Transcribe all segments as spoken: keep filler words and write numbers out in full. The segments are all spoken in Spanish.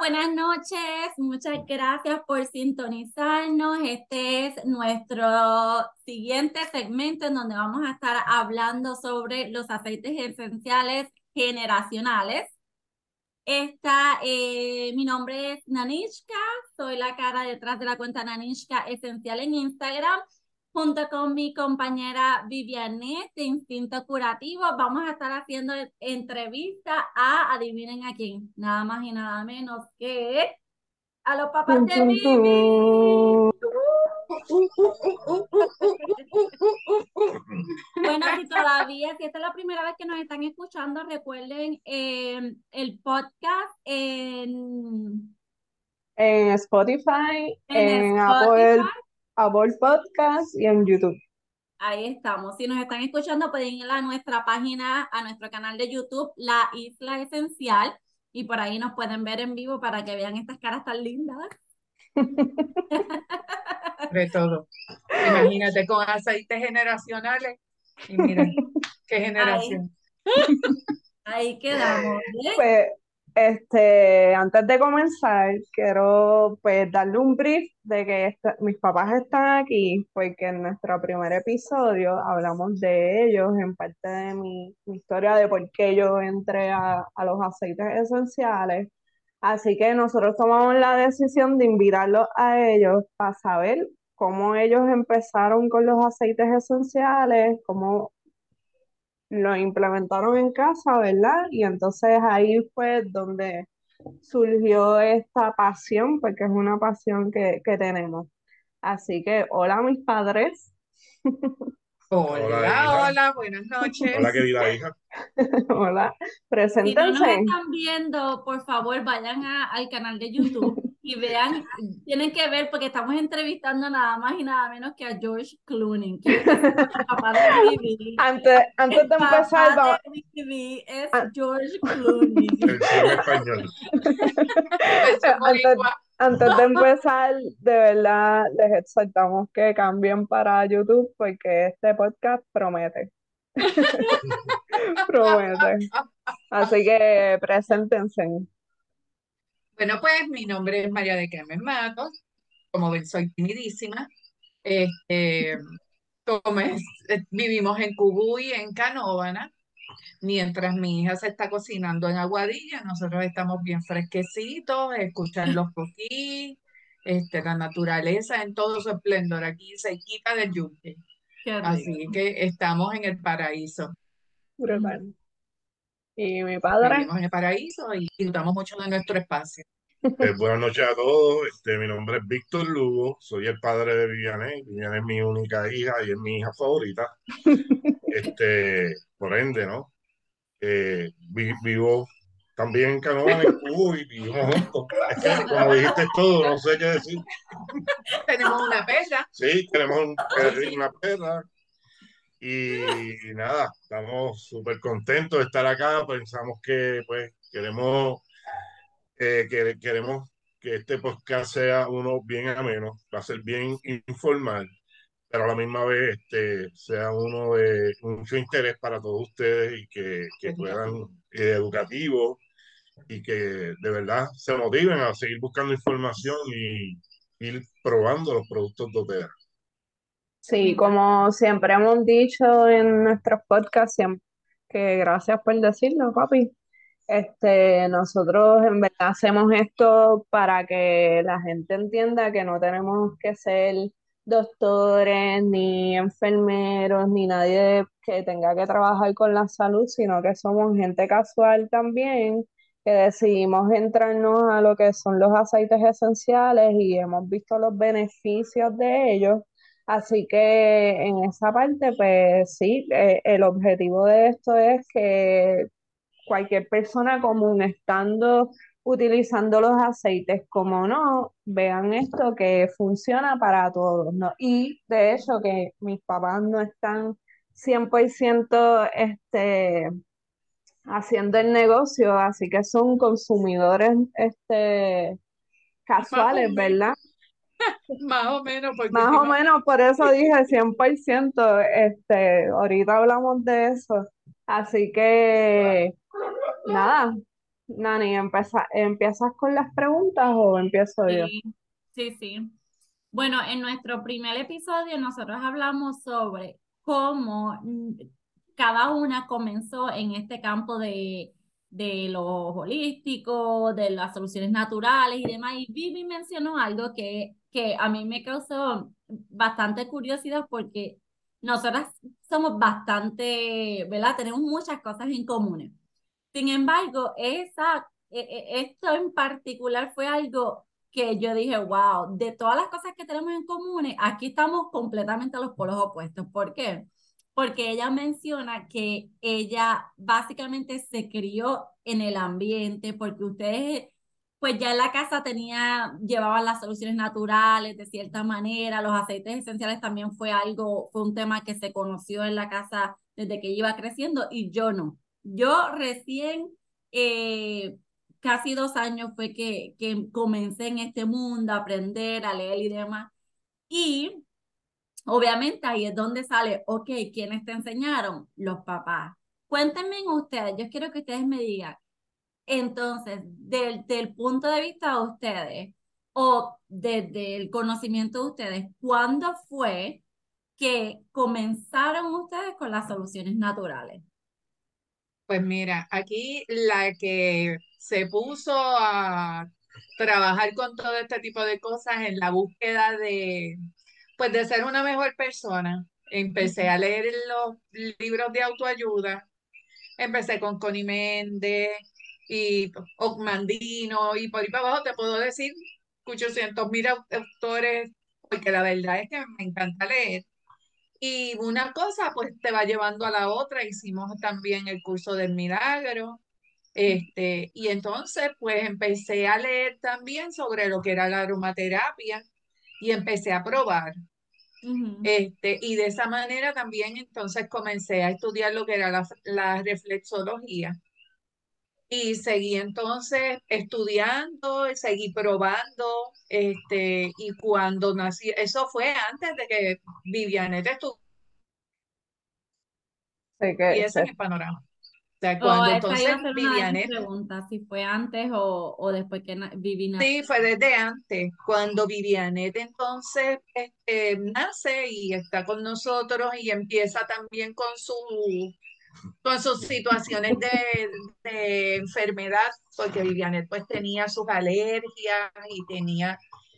buenas noches. Muchas gracias por sintonizarnos. Este es nuestro siguiente segmento en donde vamos a estar hablando sobre los aceites esenciales generacionales. Esta, eh, mi nombre es Nanishka, soy la cara detrás de la cuenta Nanishka Esencial en Instagram. Junto con mi compañera Vivianet de Instinto Curativo, vamos a estar haciendo entrevista a, adivinen a quién, nada más y nada menos que a los papás Tun, de tun, Vivi. tun. Bueno, si todavía, si esta es la primera vez que nos están escuchando, recuerden eh, el podcast en, En Spotify, en en Apple, Spotify. Apple Podcast y en YouTube. Ahí estamos. Si nos están escuchando, pueden ir a nuestra página, a nuestro canal de YouTube, La Isla Esencial, y por ahí nos pueden ver en vivo para que vean estas caras tan lindas. De todo. Imagínate con aceites generacionales y mira, qué Ahí, generación. ahí quedamos, ¿bien? Pues, este, antes de comenzar, quiero pues darle un brief de que esta- mis papás están aquí, porque en nuestro primer episodio hablamos de ellos, en parte de mi, mi historia de por qué yo entré a, a los aceites esenciales. Así que nosotros tomamos la decisión de invitarlos a ellos para saber cómo ellos empezaron con los aceites esenciales, cómo lo implementaron en casa, ¿verdad? Y entonces ahí fue donde surgió esta pasión, porque es una pasión que, que tenemos. Así que, hola mis padres, Hola, Hola, hija. hola, buenas Hola, noches. querida hija. hola, Si no nos preséntense. están viendo, por favor, vayan a- al canal de YouTube y vean, tienen que ver porque estamos entrevistando nada más y nada menos que a George Clooney. Quiero que sepan el papá de Vivi. Antes, antes El de empezar, papá va- de Vivi es a- George Clooney. Versión español. Versión antes, boricua. antes de empezar, de verdad les exhortamos que cambien para YouTube porque este podcast promete, promete. Así que preséntense. Bueno, pues mi nombre es María de Carmen Matos. Como ven, soy timidísima. Este, como es- eh, vivimos en Cubuy, en Canóvana. Mientras mi hija se está cocinando en Aguadilla, nosotros estamos bien fresquecitos, escuchan los coquí, este, la naturaleza en todo su esplendor aquí, cerquita del yunque. Qué rico. Así que estamos en el paraíso. Brutal. Y mi padre, Vivimos en el paraíso y disfrutamos mucho de nuestro espacio. Eh, buenas noches a todos. Este, mi nombre es Víctor Lugo. Soy el padre de Viviane. Viviane es mi única hija y es mi hija favorita. Este, por ende, ¿no? Eh, vi- vivo también en Canóvana, en Cuba, y vivimos juntos. Es que, como dijiste todo, no sé qué decir. Tenemos una perra. Sí, tenemos un Sí, perri- sí. una perra. Y nada, estamos súper contentos de estar acá. Pensamos que, pues, queremos eh, que queremos que este podcast sea uno bien ameno, va a ser bien informal, pero a la misma vez este, sea uno de mucho interés para todos ustedes y que, que puedan, Educativo. eh, educativo y que de verdad se motiven a seguir buscando información y ir probando los productos doTERRA. sí, Me encanta. como siempre hemos dicho en nuestros podcasts, siem- que gracias por decirlo, papi. Este, nosotros en verdad hacemos esto para que la gente entienda que no tenemos que ser doctores, ni enfermeros, ni nadie que tenga que trabajar con la salud, sino que somos gente casual también, que decidimos entrarnos a lo que son los aceites esenciales y hemos visto los beneficios de ellos. Así que en esa parte, pues sí, eh, el objetivo de esto es que cualquier persona común estando utilizando los aceites como no, vean esto que funciona para todos, ¿no? Y de hecho que mis papás no están cien por ciento este, haciendo el negocio, así que son consumidores este, Más o casuales, menos, ¿verdad? más o menos, porque Más o últimamente menos por eso dije cien por ciento, este, ahorita hablamos de eso. Así que nada, Nani, ¿empieza- ¿empiezas con las preguntas o empiezo yo? Sí, sí, sí. Bueno, en nuestro primer episodio nosotros hablamos sobre cómo mm, cada una comenzó en este campo de, de lo holístico, de las soluciones naturales y demás. Y Vivi mencionó algo que, que a mí me causó bastante curiosidad porque nosotras somos bastante, ¿verdad? Tenemos muchas cosas en común. Sin embargo, esa, e- e- esto en particular fue algo que yo dije, wow, de todas las cosas que tenemos en común, aquí estamos completamente a los polos opuestos. ¿Por qué? Porque ella menciona que ella básicamente se crió en el ambiente, porque ustedes, pues ya en la casa tenía, llevaban las soluciones naturales de cierta manera, los aceites esenciales también fue algo, fue un tema que se conoció en la casa desde que iba creciendo y yo no. Yo recién, eh, casi dos años fue que, que comencé en este mundo a aprender, a leer y demás. Y obviamente ahí es donde sale, ok, ¿quiénes te enseñaron? Los papás. Cuéntenme ustedes, yo quiero que ustedes me digan, entonces, del, del punto de vista de ustedes o desde el conocimiento de ustedes, ¿cuándo fue que comenzaron ustedes con las soluciones naturales? Pues mira, aquí la que se puso a trabajar con todo este tipo de cosas en la búsqueda de, pues de ser una mejor persona. Empecé a leer los libros de autoayuda, empecé con Connie Méndez y Mandino y por ahí para abajo te puedo decir ochocientos mil autores, porque la verdad es que me encanta leer. Y una cosa pues te va llevando a la otra. Hicimos también el curso del milagro. Este, y entonces pues empecé a leer también sobre lo que era la aromaterapia y empecé a probar. Ujú, Este, y de esa manera también entonces comencé a estudiar lo que era la, la reflexología. Y seguí entonces estudiando, y seguí probando, este, y cuando nací, eso fue antes de que Vivianet Sé que, estuviese sé. en el panorama. O sea, o cuando esa iba entonces a ser una de mis Vivianet, preguntas, si fue antes o, o después que na- Vivi sí, nació. fue desde antes, cuando Vivianet entonces este, nace y está con nosotros y empieza también con su, con sus situaciones de, de enfermedad, porque Vivianet pues tenía sus alergias y tenía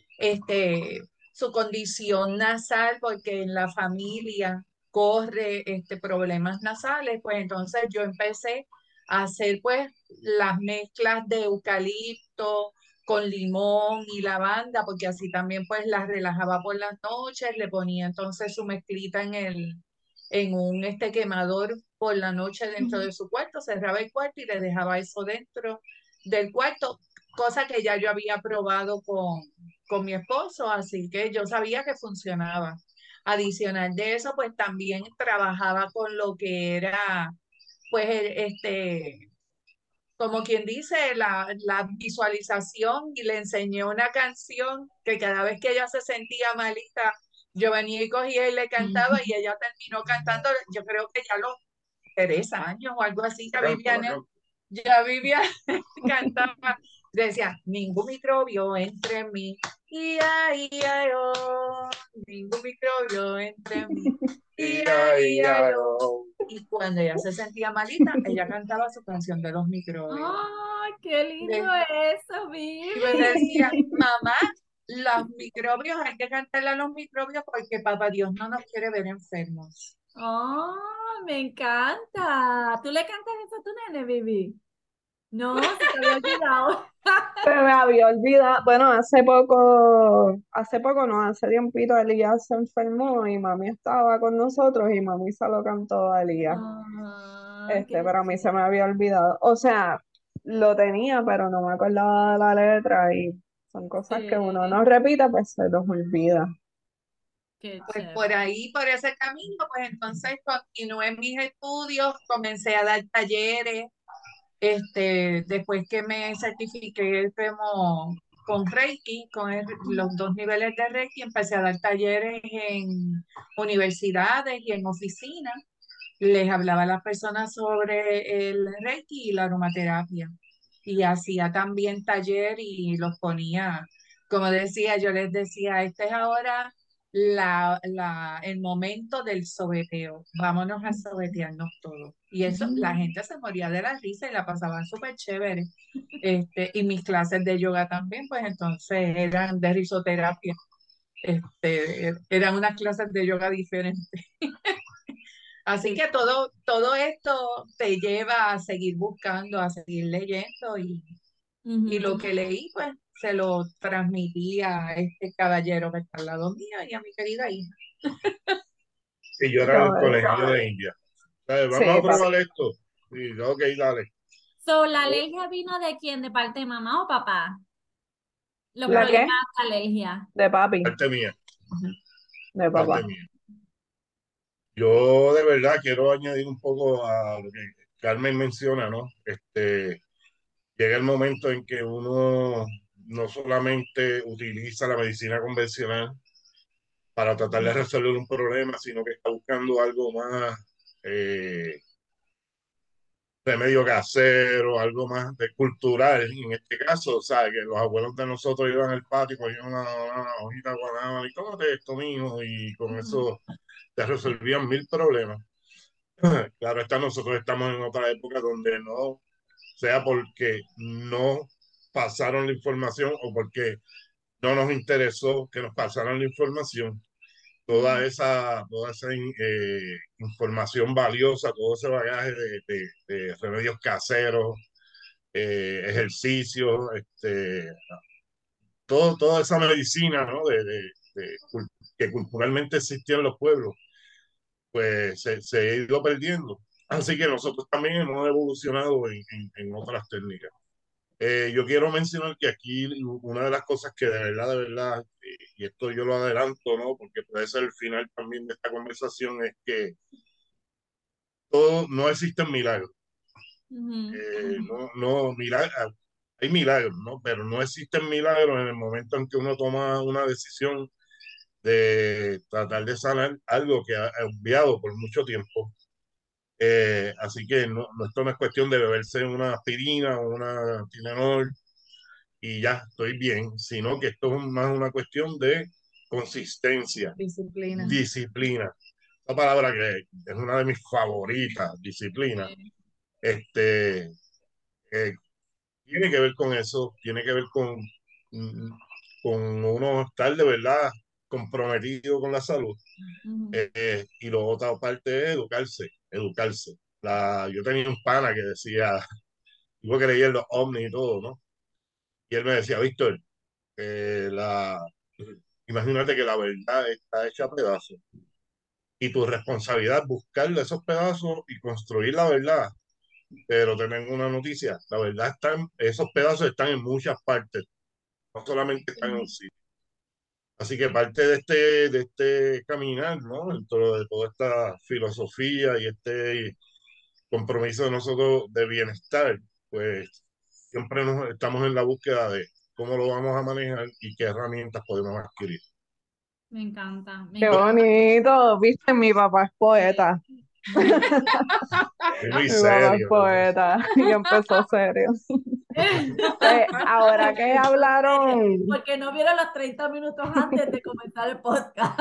este, su condición nasal, porque en la familia corre este, problemas nasales, pues entonces yo empecé a hacer pues las mezclas de eucalipto con limón y lavanda, porque así también pues las relajaba por las noches, le ponía entonces su mezclita en el, en un este quemador por la noche dentro Ujú. de su cuarto, cerraba el cuarto y le dejaba eso dentro del cuarto, cosa que ya yo había probado con, con mi esposo, así que yo sabía que funcionaba. Adicional de eso, pues también trabajaba con lo que era, pues, el- este, como quien dice, la, la visualización y le enseñé una canción que cada vez que ella se sentía malita, yo venía y cogía y le cantaba y ella terminó cantando, yo creo que ya los tres años o algo así, ya Viviana, ya Viviana cantaba, decía, ningún microbio entre mí, ia, ia, yo, ningún microbio entre mí, ia, ia, yo. Y cuando ella se sentía malita, ella cantaba su canción de los microbios. ¡Ay, qué lindo De- eso, y me decía, Vivi! mamá, los microbios, hay que cantarle a los microbios porque papá Dios no nos quiere ver enfermos. ¡Oh, me encanta! ¿Tú le cantas eso a tu nene, Vivi? No, se te había olvidado. Se me había olvidado, bueno, hace poco, hace poco no, hace tiempito Elías se enfermó y mami estaba con nosotros y mami se lo cantó a Elías, Ah, este, qué pero a mí se me chévere, había olvidado, o sea, lo tenía, pero no me acordaba de la letra y son cosas que uno no sí, repite, pues se los olvida. qué Pues por chévere. ahí, por ese camino, pues entonces continué mis estudios, comencé a dar talleres, este, después que me certifiqué como con Reiki, con el- los dos niveles de Reiki, empecé a dar talleres en universidades y en oficinas. Les hablaba a las personas sobre el Reiki y la aromaterapia. y hacía también taller y los ponía, como decía, yo les decía, este es ahora la, la, el momento del sobeteo, vámonos a sobetearnos todos. Y eso, la gente se moría de la risa y la pasaban súper chévere. Este, y mis clases de yoga también, pues entonces eran de risoterapia. Este, eran unas clases de yoga diferentes. Así Sí. que todo, todo esto te lleva a seguir buscando, a seguir leyendo y, y lo Ujú. que leí, pues se lo transmití a este caballero que está al lado mío y a mi querida hija. Y yo era del Yo, colegio de India. ¿Sabes? sí, Vamos a papi. probar esto. Sí, ok, dale. So, ¿la alergia vino de quién? ¿De parte de mamá o papá? Los ¿La problemas qué? de alergia. De papi, Parte mía, de parte papá. mía. Yo de verdad quiero añadir un poco a lo que Carmen menciona, ¿no? Este, llega el momento en que uno no solamente utiliza la medicina convencional para tratar de resolver un problema, sino que está buscando algo más, eh, remedio casero, algo más de cultural. En este caso, o sea, que los abuelos de nosotros iban al patio, cogían una, una hojita de guanábana y cómete esto, mijo, y con Ujú. eso te resolvían mil problemas. Claro está, nosotros estamos en otra época donde no, sea porque no pasaron la información o porque no nos interesó que nos pasaran la información, toda Ujú. esa, toda esa eh, información valiosa, todo ese bagaje de, de- de remedios caseros, eh, ejercicios, este, todo, toda esa medicina, ¿no? de, de- de cul- que culturalmente existía en los pueblos, pues se, se ha ido perdiendo. Así que nosotros también hemos evolucionado en, en- en otras técnicas. Eh, yo quiero mencionar que aquí una de las cosas que de verdad, de verdad, eh, y esto yo lo adelanto, ¿no? Porque puede ser el final también de esta conversación, es que todo, no existen milagros. Ujú. Eh, no, no, milagros, hay milagros, ¿no? Pero no existen milagros en el momento en que uno toma una decisión de tratar de sanar algo que ha ha obviado por mucho tiempo. Eh, así que no, no, esto no es cuestión de beberse una aspirina o una Tylenol y ya estoy bien, sino que esto es más una cuestión de consistencia, Disciplina. disciplina. Esta palabra que es una de mis favoritas, disciplina, Sí. este, eh, tiene que ver con eso, tiene que ver con, mm, con uno estar de verdad comprometido con la salud. Ujú. Eh, y la otra parte es educarse, educarse. La, yo tenía un pana que decía, digo que leía los ovnis y todo, ¿no? Y él me decía, Víctor, eh, la, imagínate que la verdad está hecha a pedazos y tu responsabilidad es buscarle esos pedazos y construir la verdad. Pero te tengo una noticia, la verdad está en- esos pedazos están en muchas partes, no solamente están en un sitio. Así que parte de este, de este caminar, ¿no? Dentro de toda esta filosofía y este compromiso de nosotros de bienestar, pues siempre nos, estamos en la búsqueda de cómo lo vamos a manejar y qué herramientas podemos adquirir. Me encanta, me Qué encanta. bonito, viste, mi papá es Sí. poeta. Es muy Mi papá es serio, ¿no? poeta y empezó serio. Pues ahora que hablaron, Porque no vieron los treinta minutos antes de comenzar el podcast.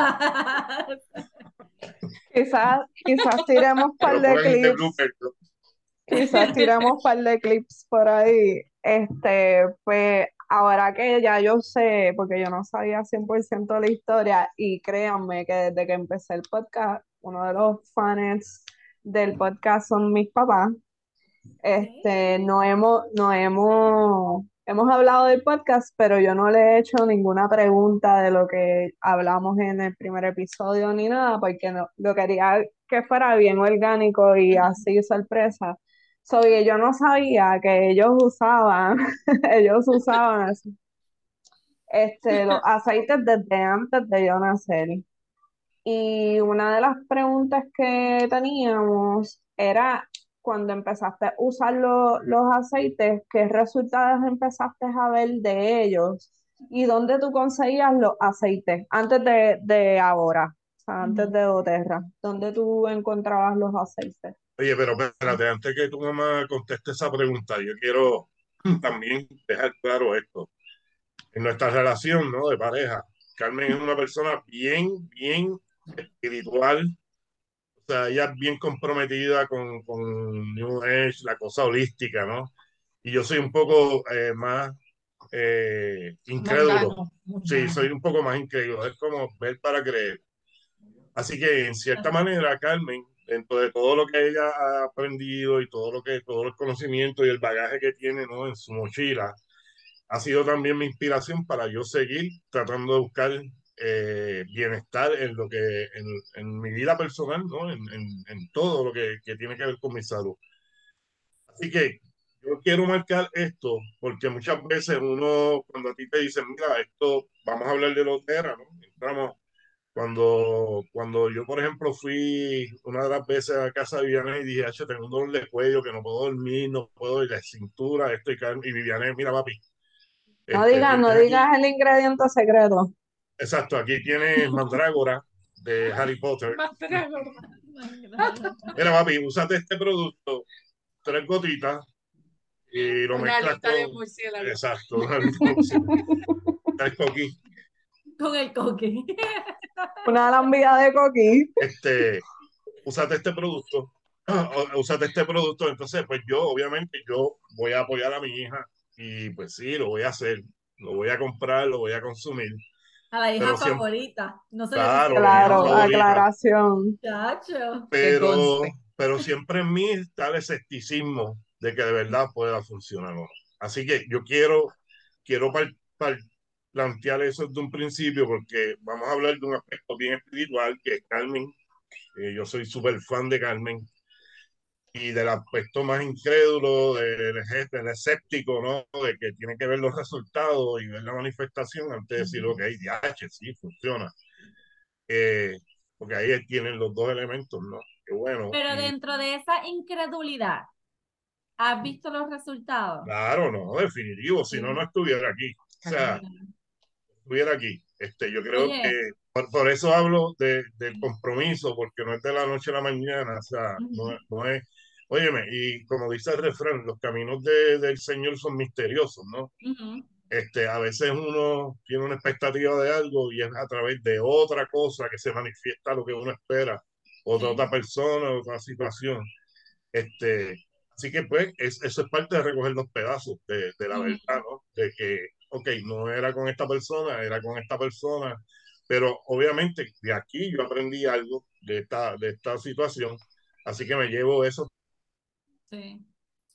quizás, quizás tiremos un Que par lo de pongan en este clips, blooper, ¿no? quizás tiremos un par de clips por ahí. Este, pues ahora que ya yo sé, porque yo no sabía cien por ciento la historia, y créanme que desde que empecé el podcast, uno de los fans del podcast son mis papás. Este, Sí. no hemos, no hemos, hemos hablado del podcast, pero yo no le he hecho ninguna pregunta de lo que hablamos en el primer episodio ni nada, porque no, lo quería que fuera bien orgánico y Ajá. así sorpresa. So, y yo no sabía que ellos usaban, ellos usaban así, este, los aceites desde antes de yo nacer. Y una de las preguntas que teníamos era cuando empezaste a usar lo- los aceites, ¿qué resultados empezaste a ver de ellos? ¿Y dónde tú conseguías los aceites antes de, de ahora? O sea, antes Ujú. de doTERRA. ¿Dónde tú encontrabas los aceites? Oye, pero espérate, antes que tu mamá conteste esa pregunta, yo quiero también dejar claro esto. En nuestra relación, ¿no? De pareja, Carmen es una persona bien, bien espiritual. O sea, ella es bien comprometida con, con New Age, la cosa holística, ¿no? Y yo soy un poco eh, más eh, incrédulo. Mundano, Sí, mundano. soy un poco más incrédulo. Es como ver para creer. Así que, en cierta manera, Carmen, dentro de todo lo que ella ha aprendido y todo lo que, todo el conocimiento y el bagaje que tiene, ¿no? En su mochila, ha sido también mi inspiración para yo seguir tratando de buscar eh, bienestar en lo que, en, en mi vida personal, ¿no? En, en, en todo lo que, que tiene que ver con mi salud. Así que yo quiero marcar esto porque muchas veces uno, cuando a ti te dicen, mira, esto, vamos a hablar de lotera, ¿no? Entramos, cuando, cuando yo, por ejemplo, fui una de las veces a casa de Viviane y dije, "Ache, tengo un dolor de cuello, que no puedo dormir, no puedo ir de cintura, esto y, Carmen", y Viviane, mira, papi, No este, digas, no tienes digas aquí, el ingrediente secreto. exacto, aquí tienes mandrágora de Harry Potter. Mandrágora. Mira, papi, úsate este producto, tres gotitas, y lo Una mezclas alita de con, murciélago. exacto, una litro, tres coquis. Con el coque. Una lambida de coquí. Este, úsate este producto, úsate este producto. Entonces, pues yo, obviamente, yo voy a apoyar a mi hija y pues sí, lo voy a hacer, lo voy a comprar, lo voy a consumir, A la hija pero siempre, favorita. No se le dice claro, mi hija Claro, todo. favorita, aclaración. Chacho. Que pero, conste. pero siempre en mí está el escepticismo de que de verdad pueda funcionar o no. Así que yo quiero, quiero par- par- plantear eso desde un principio porque vamos a hablar de un aspecto bien espiritual que es Carmen. Eh, yo soy súper fan de Carmen y del aspecto más incrédulo, del, del escéptico, ¿no? De que tiene que ver los resultados y ver la manifestación antes de decir, ok, D H, sí, funciona. Eh, porque ahí tienen los dos elementos, ¿no? Qué bueno. Pero Y dentro de esa incredulidad, ¿has visto los resultados? claro, no, definitivo, si no, no Sí. estuviera aquí. O sea, estuviera aquí. Este, yo creo Oye, que por, por eso hablo de, del compromiso, porque no es de la noche a la mañana, o sea, no, ujú, es- no es, óyeme, y como dice el refrán, los caminos de- del Señor son misteriosos, ¿no? ujú, Este, a veces uno tiene una expectativa de algo y es a través de otra cosa que se manifiesta lo que uno espera, otra, sí. otra persona, otra situación. Este, así que pues es- eso es parte de recoger los pedazos de, de la verdad, Ujú, ¿no? De que, ok, no era con esta persona, era con esta persona, pero obviamente de aquí yo aprendí algo de esta, de esta situación, así que me llevo eso sí.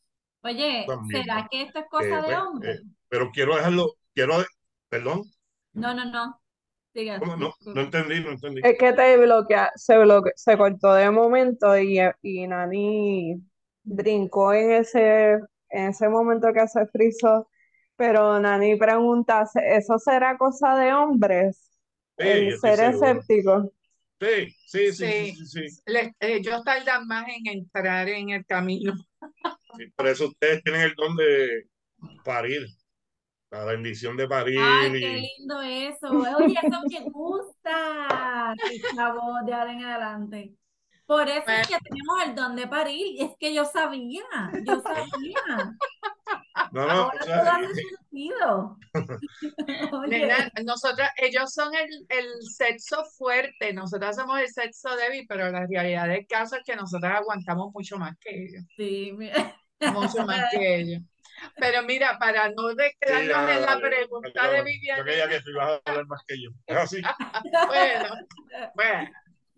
Oye, también, ¿será ¿no? que esto es cosa Que, de pues, hombre? eh, pero quiero dejarlo, quiero, perdón, No, no, no. Diga, ¿cómo? No, no disculpa. entendí, no entendí. Es que te bloquea, se bloque- se cortó de momento y, y Nani brincó en ese, en ese momento que se frizó. Pero Nani pregunta, ¿se- ¿eso será cosa de hombres? Sí, El yo estoy ser seguro. escéptico. Sí, sí, sí, sí, Sí, sí, sí. le- ellos tardan más en entrar en el camino. Sí, por eso ustedes tienen el don de parir, la bendición de parir Ay, qué y lindo eso. Oye, eso me gusta. Qué chavo de ahora en adelante. Por eso es Bueno, que tenemos el don de parir. Es que yo sabía, yo sabía. no, no, o Ahora sea, todo hace sentido. nena, Oye, nosotras, ellos son el, el sexo fuerte, nosotras somos el sexo débil, pero la realidad del caso es que nosotras aguantamos mucho más que ellos, sí, mira. mucho más que ellos. Pero mira, para no de sí, quedarnos dale, en la dale, pregunta de perdón. Yo Viviane, creía que tú ibas a hablar más que yo. Es así. bueno, bueno,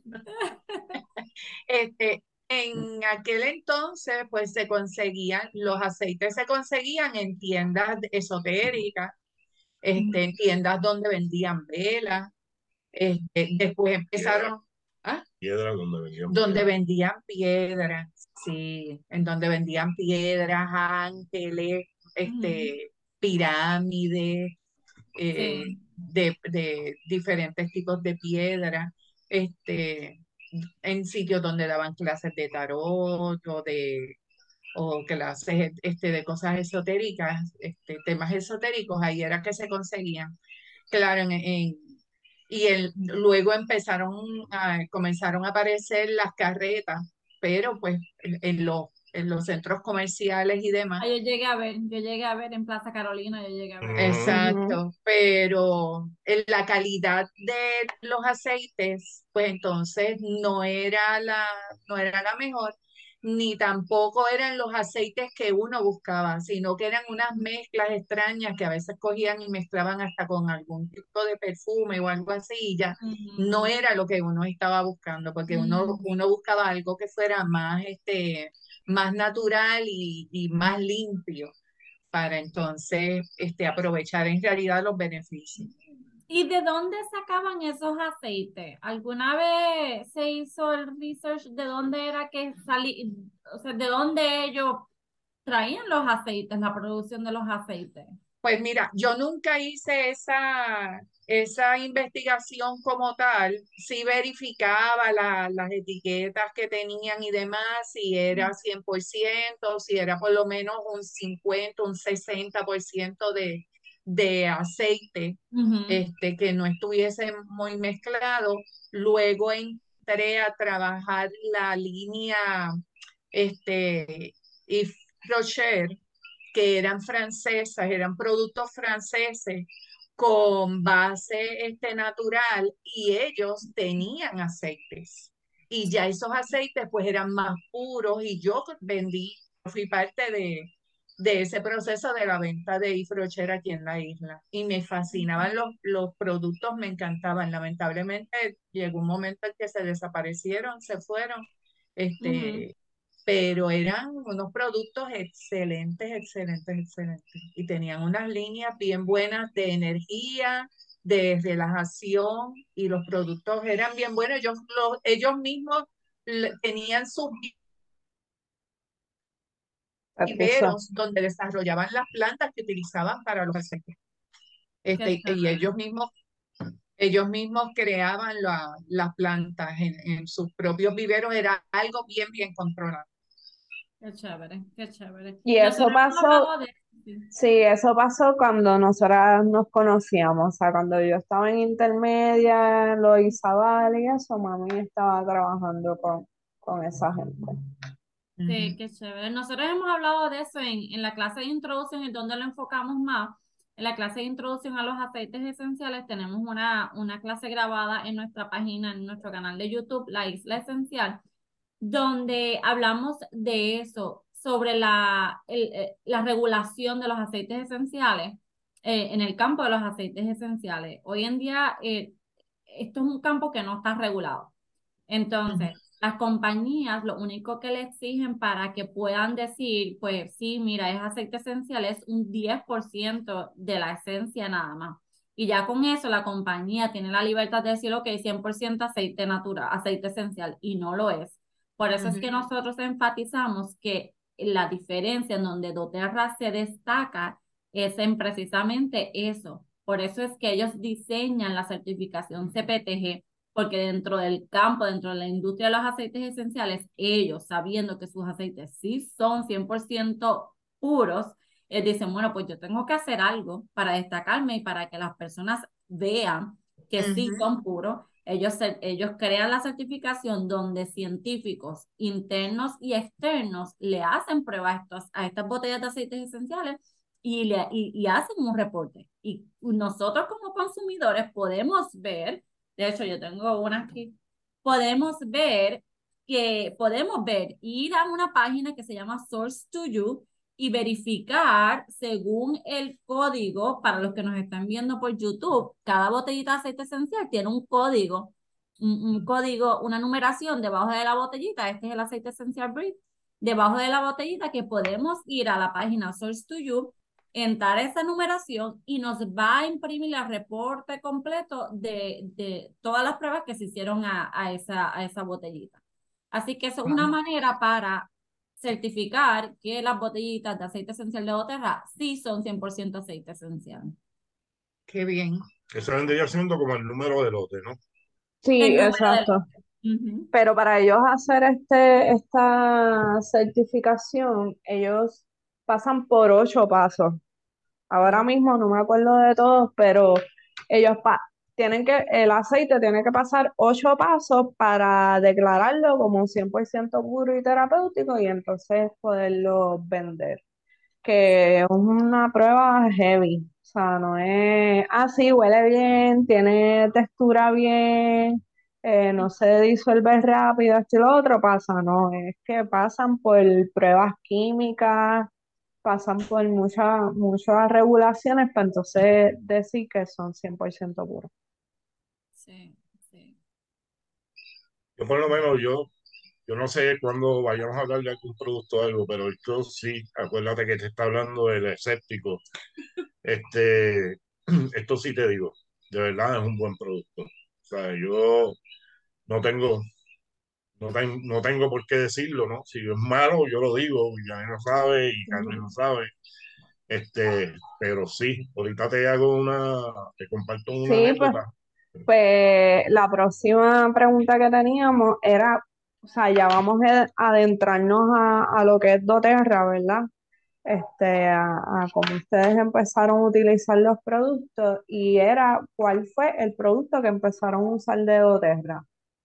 este, en aquel entonces, pues se conseguían, los aceites se conseguían en tiendas esotéricas, este, en tiendas donde vendían velas, este, después Piedra, empezaron, ¿ah? piedra donde venían Donde piedra. vendían piedras, sí, en donde vendían piedras, ángeles, Ujú, este, pirámides, eh, sí, de, de diferentes tipos de piedras, este, en sitios donde daban clases de tarot o de o clases este, de cosas esotéricas, este, temas esotéricos, ahí era que se conseguían. Claro, en, en- y el, luego empezaron a, comenzaron a aparecer las carretas, pero pues en, en los en los centros comerciales y demás. Ah, yo llegué a ver, yo llegué a ver en Plaza Carolina, yo llegué a ver. Ujú. Ujú. Exacto, pero en la calidad de los aceites, pues entonces no era la, no era la mejor, ni tampoco eran los aceites que uno buscaba, sino que eran unas mezclas extrañas que a veces cogían y mezclaban hasta con algún tipo de perfume o algo así, y ya no Ujú, era lo que uno estaba buscando, porque uno, ujú. uno buscaba algo que fuera más, este, más natural y, y más limpio para entonces este, aprovechar en realidad los beneficios. ¿Y de dónde sacaban esos aceites? ¿Alguna vez se hizo el research de dónde era que salía, o sea, de dónde ellos traían los aceites, la producción de los aceites? Pues mira, yo nunca hice esa, esa investigación como tal, sí verificaba la- las etiquetas que tenían y demás, si era cien por ciento, si era por lo menos un cincuenta, un sesenta por ciento de, de aceite, Ujú, este, que no estuviese muy mezclado. Luego entré a trabajar la línea este, Yves Rocher, que eran francesas, eran productos franceses con base este, natural y ellos tenían aceites. Y ya esos aceites pues eran más puros y yo vendí, fui parte de, de ese proceso de la venta de Ifrocher aquí en la isla. Y me fascinaban los, los productos, me encantaban. Lamentablemente llegó un momento en que se desaparecieron, se fueron. ujú. Este, pero eran unos productos excelentes, excelentes, excelentes. Y tenían unas líneas bien buenas de energía, de relajación, y los productos eran bien buenos. Ellos, los, ellos mismos le- tenían sus Patricia. viveros donde desarrollaban las plantas que utilizaban para los aceites. Qué Este, y chévere, ellos mismos, ellos mismos creaban la- las plantas en, en sus propios viveros. Era algo bien, bien controlado. qué chévere, qué chévere. Y eso Nosotros hemos pasó, hablado de sí. sí, eso pasó cuando nosotras nos conocíamos, o sea, cuando yo estaba en intermedia, lo Isabel y eso, mami estaba trabajando con, con esa gente. Sí, Ujú, qué chévere. Nosotros hemos hablado de eso en, en la clase de introducción, en donde lo enfocamos más. En la clase de introducción a los aceites esenciales tenemos una, una clase grabada en nuestra página, en nuestro canal de YouTube, La Isla Esencial, donde hablamos de eso, sobre la, el, eh, la regulación de los aceites esenciales eh, en el campo de los aceites esenciales. Hoy en día, eh, esto es un campo que no está regulado. ujú, Entonces, las compañías lo único que le exigen para que puedan decir, pues sí, mira, es aceite esencial, es un diez por ciento de la esencia nada más. Y ya con eso la compañía tiene la libertad de decir, ok, cien por ciento aceite natural, aceite esencial, y no lo es. Por eso es ujú, que nosotros enfatizamos que la diferencia en donde doTERRA se destaca es en precisamente eso. Por eso es que ellos diseñan la certificación C P T G, porque dentro del campo, dentro de la industria de los aceites esenciales, ellos, sabiendo que sus aceites sí son cien por ciento puros, eh, dicen, bueno, pues yo tengo que hacer algo para destacarme y para que las personas vean que sí ujú, son puros. Ellos, se- ellos crean la certificación donde científicos internos y externos le hacen pruebas a, estos- a estas botellas de aceites esenciales y, le, y, y hacen un reporte. Y nosotros como consumidores podemos ver, de hecho yo tengo una aquí, podemos ver que podemos ver, ir a una página que se llama Source to You y verificar según el código, para los que nos están viendo por YouTube, cada botellita de aceite esencial tiene un código, un, un código, una numeración debajo de la botellita. Este es el aceite esencial Breathe. Debajo de la botellita, que podemos ir a la página Source to You, entrar esa numeración y nos va a imprimir el reporte completo de, de todas las pruebas que se hicieron a, a, esa, a esa botellita. Así que eso es una wow, manera para certificar que las botellitas de aceite esencial de doTERRA sí son cien por ciento aceite esencial. qué bien. Eso vendría siendo como el número de lote, ¿no? El Sí, número de exacto. lote. Ujú. Pero para ellos hacer este, esta certificación, ellos pasan por ocho pasos. Ahora Wow. mismo no me acuerdo de todos, pero ellos pa- tienen que, el aceite tiene que pasar ocho pasos para declararlo como cien por ciento puro y terapéutico y entonces poderlo vender. Que es una prueba heavy. O sea, no es, ah, sí, huele bien, tiene textura bien, eh, no se disuelve rápido, esto y lo otro pasa, no, es que pasan por pruebas químicas, pasan por muchas, muchas regulaciones para entonces decir que son cien por ciento puros. Sí, sí. Yo por lo menos yo, yo no sé cuándo vayamos a hablar de algún producto o algo, pero yo sí, acuérdate que te está hablando del escéptico. Este, esto sí te digo, de verdad es un buen producto. O sea, yo no tengo, no, ten- no tengo por qué decirlo, ¿no? Si es malo, yo lo digo, y Janet lo sabe, y Carmen lo sabe. Este, pero sí, ahorita te hago una, te comparto una Sí, pues, anécdota. pues la próxima pregunta que teníamos era, o sea, ya vamos a adentrarnos a, a lo que es doTERRA, ¿verdad? Este, a, a cómo ustedes empezaron a utilizar los productos y era cuál fue el producto que empezaron a usar de doTERRA.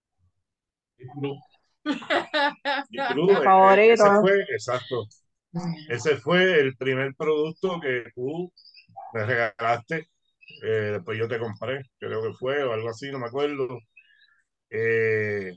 Deep Blue, eh, eh, ese Favorito. fue, exacto, ese fue el primer producto que tú me regalaste. Eh, después yo te compré, creo que fue, o algo así, no me acuerdo. Eh,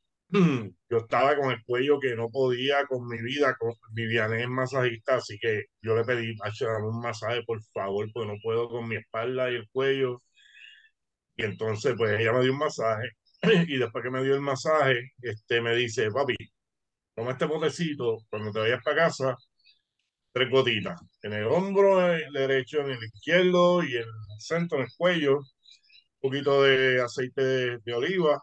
yo estaba con el cuello que no podía con mi vida, con Viviane es masajista, así que yo le pedí, "Acho, dame un masaje, por favor, porque no puedo con mi espalda y el cuello". Y entonces, pues ella me dio un masaje, y después que me dio el masaje, este, me dice, papi, toma este potecito, cuando te vayas para casa, tres gotitas, en el hombro eh, derecho, en el izquierdo y en el centro, en el cuello, un poquito de aceite de, de oliva,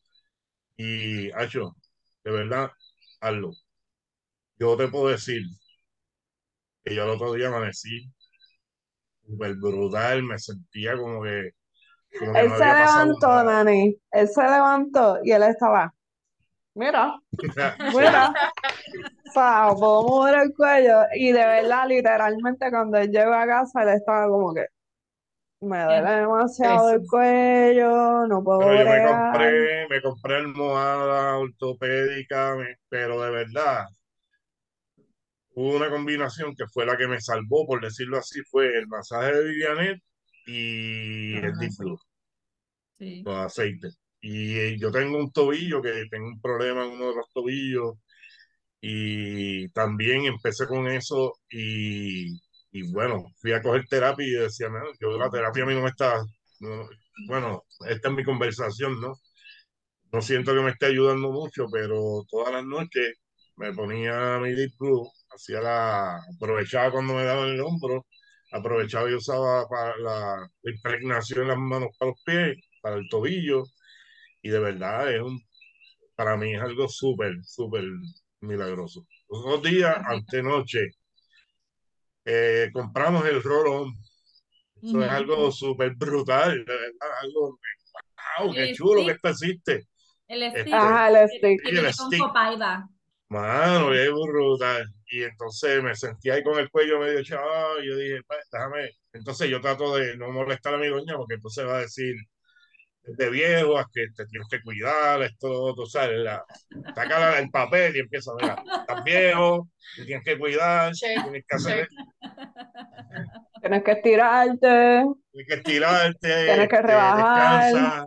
y, hacho, de verdad, hazlo. Yo te puedo decir que yo el otro día amanecí súper brutal, me sentía como que, como que Él no se había pasado levantó, Nani, él se levantó y él estaba, mira, nada. Sí, mira, o sea, puedo mover el cuello y de verdad, literalmente cuando él llegó a casa, él estaba como que, me Qué duele demasiado Eso. el cuello, no pero puedo yo me bregar. compré, me compré almohada ortopédica, me- pero de verdad, hubo una combinación que fue la que me salvó, por decirlo así, fue el masaje de Vivianet y el Ajá, Deep Blue, sí. los aceites. Y eh, yo tengo un tobillo, que tengo un problema en uno de los tobillos, y también empecé con eso y, y bueno, fui a coger terapia y decía, "No, yo la terapia a mí no me está, no- bueno, esta es mi conversación, ¿no? No siento que me esté ayudando mucho, pero todas las noches me ponía mi Deep Blue, hacía la, aprovechaba cuando me daba el hombro, aprovechaba y usaba para la, la impregnación en las manos para los pies, para el tobillo, y de verdad es un, para mí es algo súper, súper milagroso. Los dos días, Qué rico. antenoche, eh, compramos el roll-on. Eso es Ujú. algo súper brutal, de verdad, algo, wow, qué El chulo que stick, esto existe. el stick Este, Ajá, el que, stick. que y el viene con stick. copaiba. Mano, Sí. qué brutal. Y entonces me sentí ahí con el cuello medio echado y yo dije, "Pues, déjame". Entonces yo trato de no molestar a mi doña porque entonces va a decir, de viejo, es que te tienes que cuidar, esto, tú sabes, la, saca el papel y empieza, mira, estás viejo, te tienes que cuidar, Check, tienes que hacer, check. Tienes que estirarte, tienes que estirarte, tienes que este, rebajar. descansa,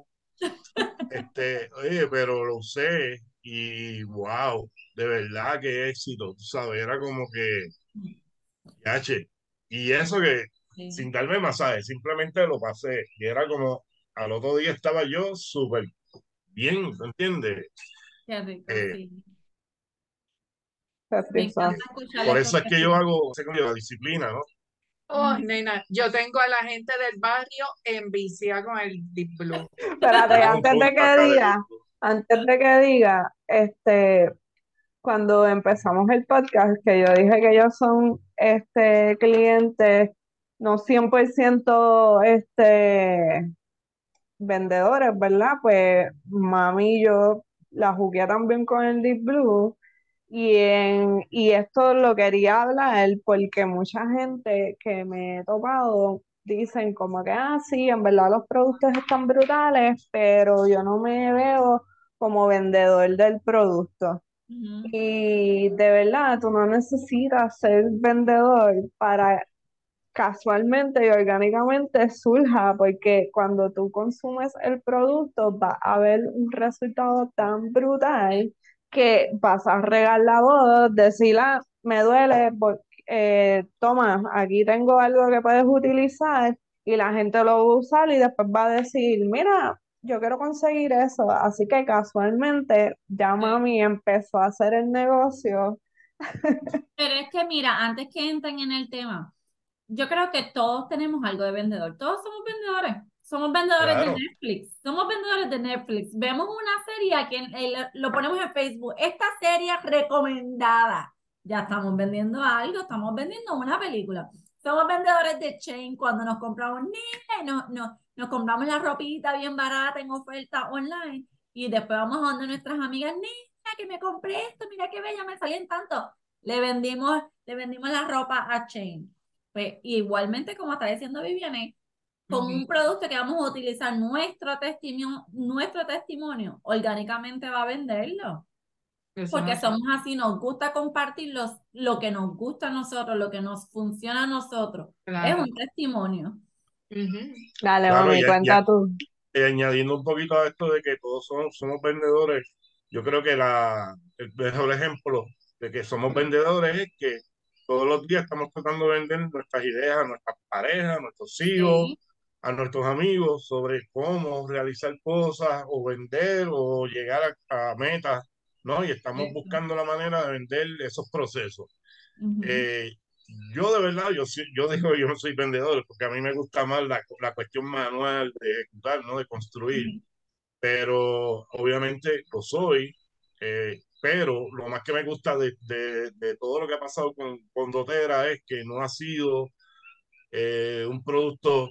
este, oye, pero lo usé y wow, de verdad qué éxito, tú sabes, era como que H. Y eso que sin Sí, darme masaje, simplemente lo pasé. Y era como al otro día estaba yo súper bien, ¿me entiendes? qué rico, Eh, sí. Se Me frizó. encanta escuchar por estos eso es que yo testimonios. hago sé como la disciplina, ¿no? Oh, Ujú. nena, yo tengo a la gente del barrio enviciada con el Deep Blue. Yo Espérate, tengo un antes de punto que acá de diga, antes de que diga, este, cuando empezamos el podcast, que yo dije que ellos son este clientes no cien por ciento este vendedores, ¿verdad? Pues mami y yo la jugué también con el Deep Blue y, en, y esto lo quería hablar porque mucha gente que me he topado dicen como que, ah, sí, en verdad los productos están brutales, pero yo no me veo como vendedor del producto. Ujú. Y de verdad, tú no necesitas ser vendedor para casualmente y orgánicamente surja, porque cuando tú consumes el producto va a haber un resultado tan brutal que vas a regar la voz, decir, ah, me duele, voy- eh, toma, aquí tengo algo que puedes utilizar y la gente lo va a usar y después va a decir, mira, yo quiero conseguir eso. Así que casualmente ya Sí. mami empezó a hacer el negocio. Pero es que mira, antes que entren en el tema, yo creo que todos tenemos algo de vendedor. Todos somos vendedores. Somos vendedores de Claro, Netflix. Somos vendedores de Netflix. Vemos una serie aquí, en- en- lo ponemos en Facebook. Esta serie es recomendada. Ya estamos vendiendo algo, estamos vendiendo una película. Somos vendedores de Chain cuando nos compramos, nene, no, no, nos compramos la ropita bien barata en oferta online y después vamos a donde nuestras amigas, nena, que me compré esto, mira qué bella, me salió en tanto. Le vendimos, le vendimos la ropa a Chain. Pues igualmente, como está diciendo Viviane, con Ujú. un producto que vamos a utilizar nuestro testimonio, nuestro testimonio, orgánicamente va a venderlo. Eso es Porque así. somos así, nos gusta compartir los, lo que nos gusta a nosotros, lo que nos funciona a nosotros. Es Claro. un testimonio. Ujú. Dale, claro, mami, ya, ya cuenta tú. eh, añadiendo un poquito a esto de que todos somos, somos vendedores, yo creo que la, el mejor ejemplo de que somos vendedores es que todos los días estamos tratando de vender nuestras ideas a nuestras parejas, a nuestros hijos, Sí. a nuestros amigos sobre cómo realizar cosas o vender o llegar a, a metas, ¿no? Y estamos Eso. buscando la manera de vender esos procesos. Ujú, Eh, yo de verdad, yo, sí- yo digo, yo no soy vendedor, porque a mí me gusta más la, la cuestión manual de ejecutar, ¿no? De construir, ujú, pero obviamente lo soy, eh, pero lo más que me gusta de, de- de todo lo que ha pasado con, con Dotera es que no ha sido eh, un producto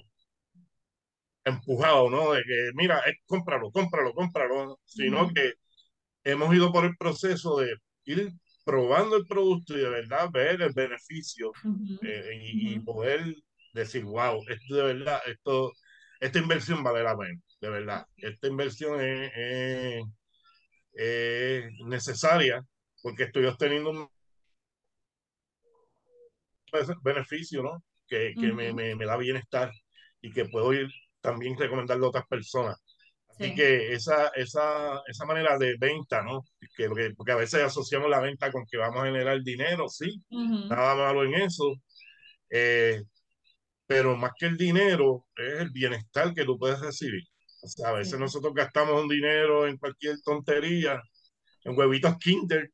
empujado, ¿no? De que, mira, es, cómpralo, cómpralo, cómpralo, sino ujú, que hemos ido por el proceso de ir probando el producto y de verdad ver el beneficio ujú, eh, y, y ujú. poder decir, wow, esto de verdad, esto, esta inversión vale la pena, de verdad. Esta inversión es, es- es necesaria porque estoy obteniendo un beneficio, ¿no? Que, que me, Ujú. me, me da bienestar y que puedo ir también recomendarle a otras personas. Así Sí. que esa, esa, esa manera de venta, ¿no? Que, lo que- porque a veces asociamos la venta con que vamos a generar dinero, sí, Ujú. nada malo en eso, eh, pero más que el dinero es el bienestar que tú puedes recibir. O sea, a veces Sí. nosotros gastamos un dinero en cualquier tontería, en huevitos Kinder,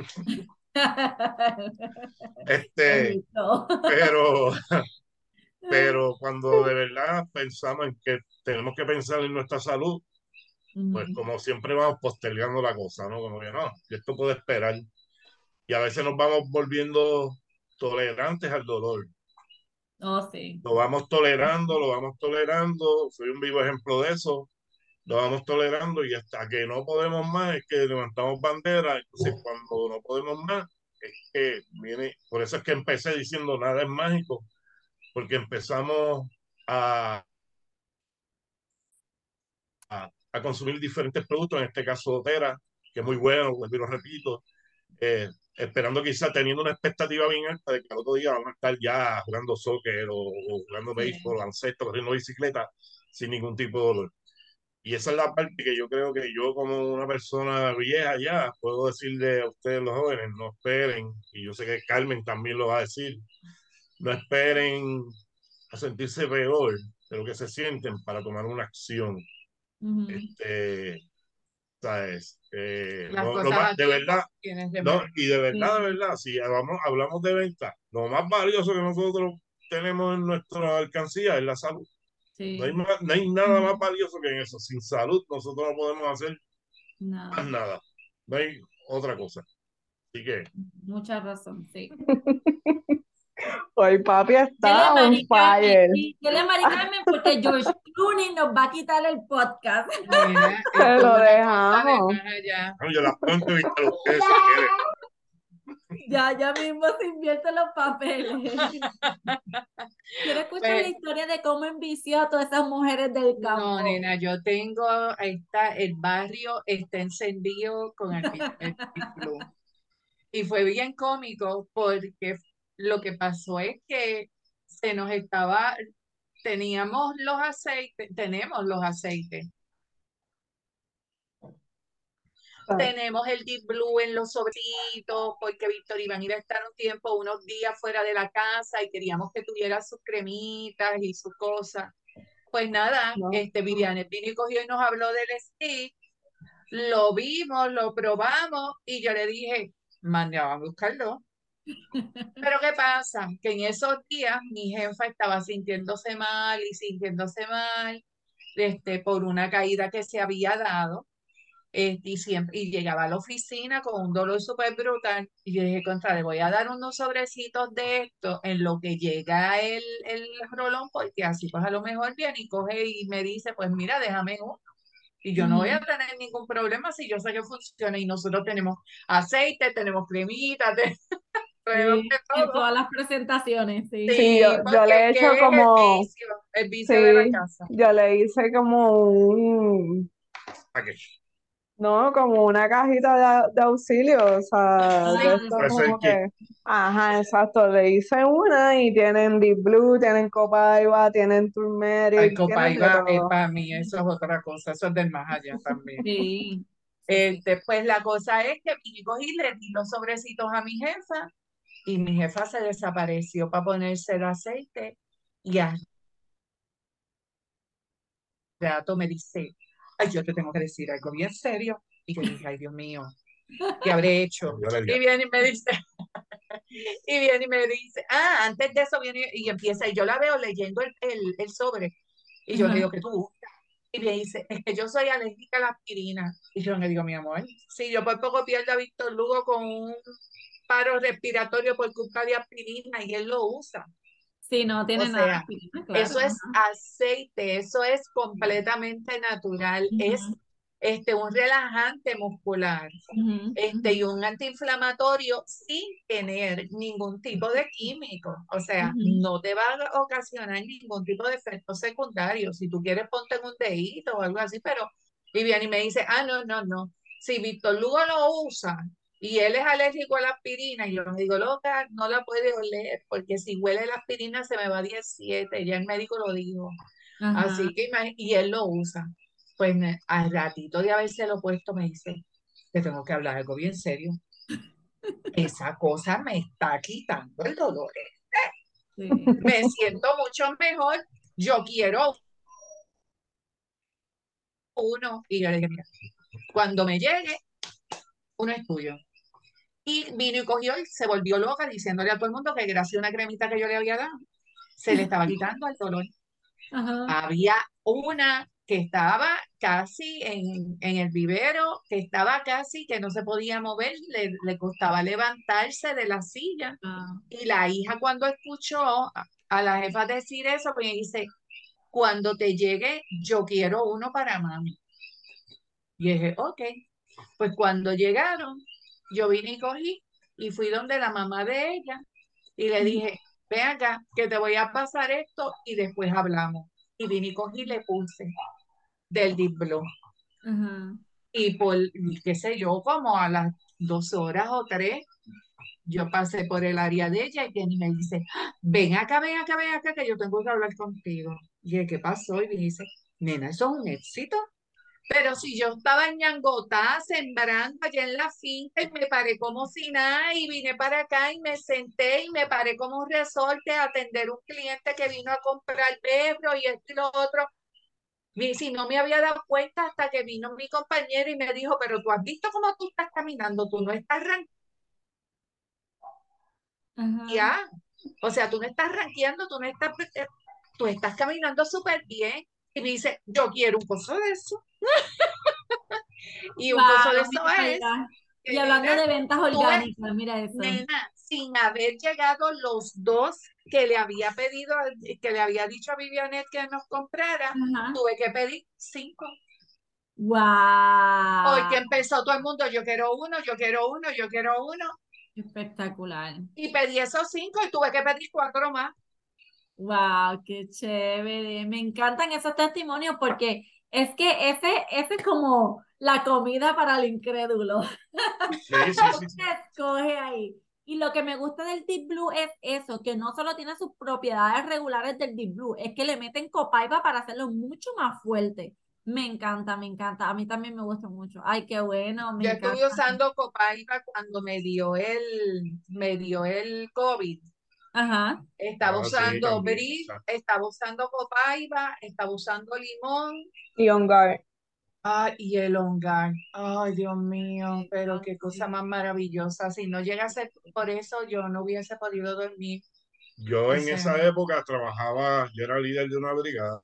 Qué este, rico. pero, pero cuando de verdad pensamos en que tenemos que pensar en nuestra salud, pues Ujú. como siempre vamos postergando la cosa, ¿no? Como que no, esto puede esperar. Y a veces nos vamos volviendo tolerantes al dolor. Oh, sí. Lo vamos tolerando, lo vamos tolerando. Soy un vivo ejemplo de eso. Lo vamos tolerando y hasta que no podemos más es que levantamos bandera. Entonces, cuando no podemos más, es que viene. Por eso es que empecé diciendo nada es mágico, porque empezamos a, a, a consumir diferentes productos, en este caso Otera, que es muy bueno, vuelvo y lo repito, eh, esperando quizá teniendo una expectativa bien alta de que al otro día vamos a estar ya jugando soccer o, o jugando béisbol, Sí. baloncesto, corriendo bicicleta sin ningún tipo de dolor. Y esa es la parte que yo creo que yo como una persona vieja ya puedo decirle a ustedes los jóvenes, no esperen, y yo sé que Carmen también lo va a decir, no esperen a sentirse peor de lo que se sienten para tomar una acción. Ujú. Este, ¿sabes? Eh, Las lo, lo cosas más, a de tiempo verdad, tienes no, remedio. y de verdad, de Sí. verdad, si hablamos, hablamos de venta, lo más valioso que nosotros tenemos en nuestra alcancía es la salud. No hay, Sí. más- no hay nada más Ujú. valioso que en eso. Sin salud nosotros no podemos hacer más Nada. nada. No hay otra cosa. Así que, Mucha razón, sí. Hoy papi Dele está on Mari Carmen, fire. sí, dele Mari Carmen porque George Clooney nos va a quitar el podcast. Mira, Se esto es lo una cosa de dejamos. más allá. bueno, yo las puedo entrevistar a ustedes si quieren. Ya, ya mismo se invierten los papeles. Quiero escuchar la Pues, historia de cómo envició a todas esas mujeres del no, campo. nena, yo tengo, ahí está, el barrio está encendido con el, Big- el Big Blue. Y fue bien cómico porque lo que pasó es que se nos estaba, teníamos los aceites, tenemos los aceites. Ah, Tenemos el Deep Blue en los sobrecitos, porque Víctor Iván iba a estar un tiempo, unos días fuera de la casa y queríamos que tuviera sus cremitas y sus cosas. Pues nada, no. este Viviane vino y cogió y nos habló del stick, lo vimos, lo probamos y yo le dije, mande a buscarlo. Pero ¿qué pasa? Que en esos días mi jefa estaba sintiéndose mal y sintiéndose mal, este, por una caída que se había dado. Este, y siempre, y llegaba a la oficina con un dolor súper brutal. Y yo dije, contra, le voy a dar unos sobrecitos de esto en lo que llega el, el rolón, porque así pues a lo mejor viene y coge y me dice, pues mira, déjame uno. Y yo no voy a Ujú. tener ningún problema si yo sé que funciona. Y nosotros tenemos aceite, tenemos cremita, te- tenemos de Sí, en todo. todas las presentaciones, sí. Sí, yo, Sí, yo porque le es he que hecho es el como, vicio, el vicio de la sí, casa. yo le hice como un, ¿Para qué? no, como una cajita de, de auxilio, o sea, de Ah, Sí, de esto Puede ser como protección. que que, ajá, exacto, le hice una y tienen Deep Blue, tienen Copaiba, tienen al Turmeric, tienen de Copaiba, eh, todo. para mí eso es otra cosa, eso es del más allá también. Sí, sí, sí. Este, pues la cosa es que vine y cogí, le di los sobrecitos a mi jefa y mi jefa se desapareció para ponerse el aceite y al rato me dice, ay, yo te tengo que decir algo bien serio. Y yo dije, ay, Dios mío, ¿qué habré hecho? yo le Y diga, viene y me dice, y viene y me dice, ah, antes de eso viene y empieza, y yo la veo leyendo el, el, el sobre, y yo le Ajá. digo, ¿qué tú buscas? Y me dice, es que yo soy alérgica a la aspirina. Y yo le digo, mi amor, si yo por poco pierdo a Víctor Lugo con un paro respiratorio por culpa de aspirina y él lo usa. Sí, no O tiene nada de sea, aspirina, claro. eso Ajá. es aceite, eso es completamente natural, es Ujú, este, un relajante muscular ujú, este, ujú, y un antiinflamatorio sin tener ningún tipo de químico. O sea, ujú. no te va a ocasionar ningún tipo de efecto secundario. Si tú quieres, ponte en un dedito o algo así, pero y viene y me dice, ah, no, no, no. Si Víctor Lugo lo usa y él es alérgico a la aspirina, y yo le digo, loca, no la puede oler, porque si huele la aspirina se me va a diecisiete, ya el médico lo dijo. Ajá. Así que, imag- y él lo usa. Pues me- al ratito de habérselo puesto me dice, te tengo que hablar algo bien serio. Esa cosa me está quitando el dolor. Sí. Me siento mucho mejor. Yo quiero uno. Y yo le dije, mira, cuando me llegue, uno es tuyo. Y vino y cogió y se volvió loca diciéndole a todo el mundo que gracias a una cremita que yo le había dado, se le estaba quitando el dolor. Ajá. Había una que estaba casi en, en el vivero, que estaba casi que no se podía mover, le, le costaba levantarse de la silla. Ah, Y la hija cuando escuchó a, a la jefa decir eso, pues dice, cuando te llegue, yo quiero uno para mami. Y dije, ok, pues cuando llegaron, yo vine y cogí y fui donde la mamá de ella y le ujú, dije, ven acá, que te voy a pasar esto y después hablamos. Y vine y cogí y le puse del Deep Blue. ajá. Y por, qué sé yo, como a las dos horas o tres, yo pasé por el área de ella y viene y me dice, "Ah, ven acá, ven acá, ven acá, que yo tengo que hablar contigo". Y dije, ¿qué pasó? Y me dice, nena, eso es un éxito. Pero si yo estaba en Ñangotá sembrando allá en la finca y me paré como si nada y vine para acá y me senté y me paré como un resorte a atender un cliente que vino a comprar berro y esto y lo otro. Y si no me había dado cuenta hasta que vino mi compañero y me dijo, pero tú has visto cómo tú estás caminando, tú no estás Ajá. ranqueada. O sea, tú no estás ranqueando, tú no estás, eh, tú estás caminando súper bien. Y me dice, yo quiero un coso de eso. Y un coso de Wow, eso mira para es allá. Y que, hablando nena, de ventas tuve, orgánicas, mira eso. nena, sin haber llegado los dos que le había pedido, que le había dicho a Vivianet que nos comprara, Ajá. tuve que pedir cinco. Porque Wow. empezó todo el mundo, yo quiero uno, yo quiero uno, yo quiero uno. Espectacular. Y pedí esos cinco y tuve que pedir cuatro más. Wow, qué chévere. Me encantan esos testimonios porque es que ese, ese es como la comida para el incrédulo. Sí, sí, sí, sí. Usted escoge ahí. Y lo que me gusta del Deep Blue es eso, que no solo tiene sus propiedades regulares del Deep Blue, es que le meten copaiba para hacerlo mucho más fuerte. Me encanta, me encanta. A mí también me gusta mucho. Ay, qué bueno, me Yo encanta. estuve usando Copaiba cuando me dio el, me dio el COVID. Ajá. Estaba Ah, sí, usando también. Bris, Está. estaba usando Copaiba, estaba usando limón. Y on guard. Ay, y el hongar. Ay, Dios mío, Sí, pero ah, qué cosa sí. más maravillosa. Si no llega a ser por eso, yo no hubiese podido dormir. Yo O en sea, esa época trabajaba, yo era líder de una brigada.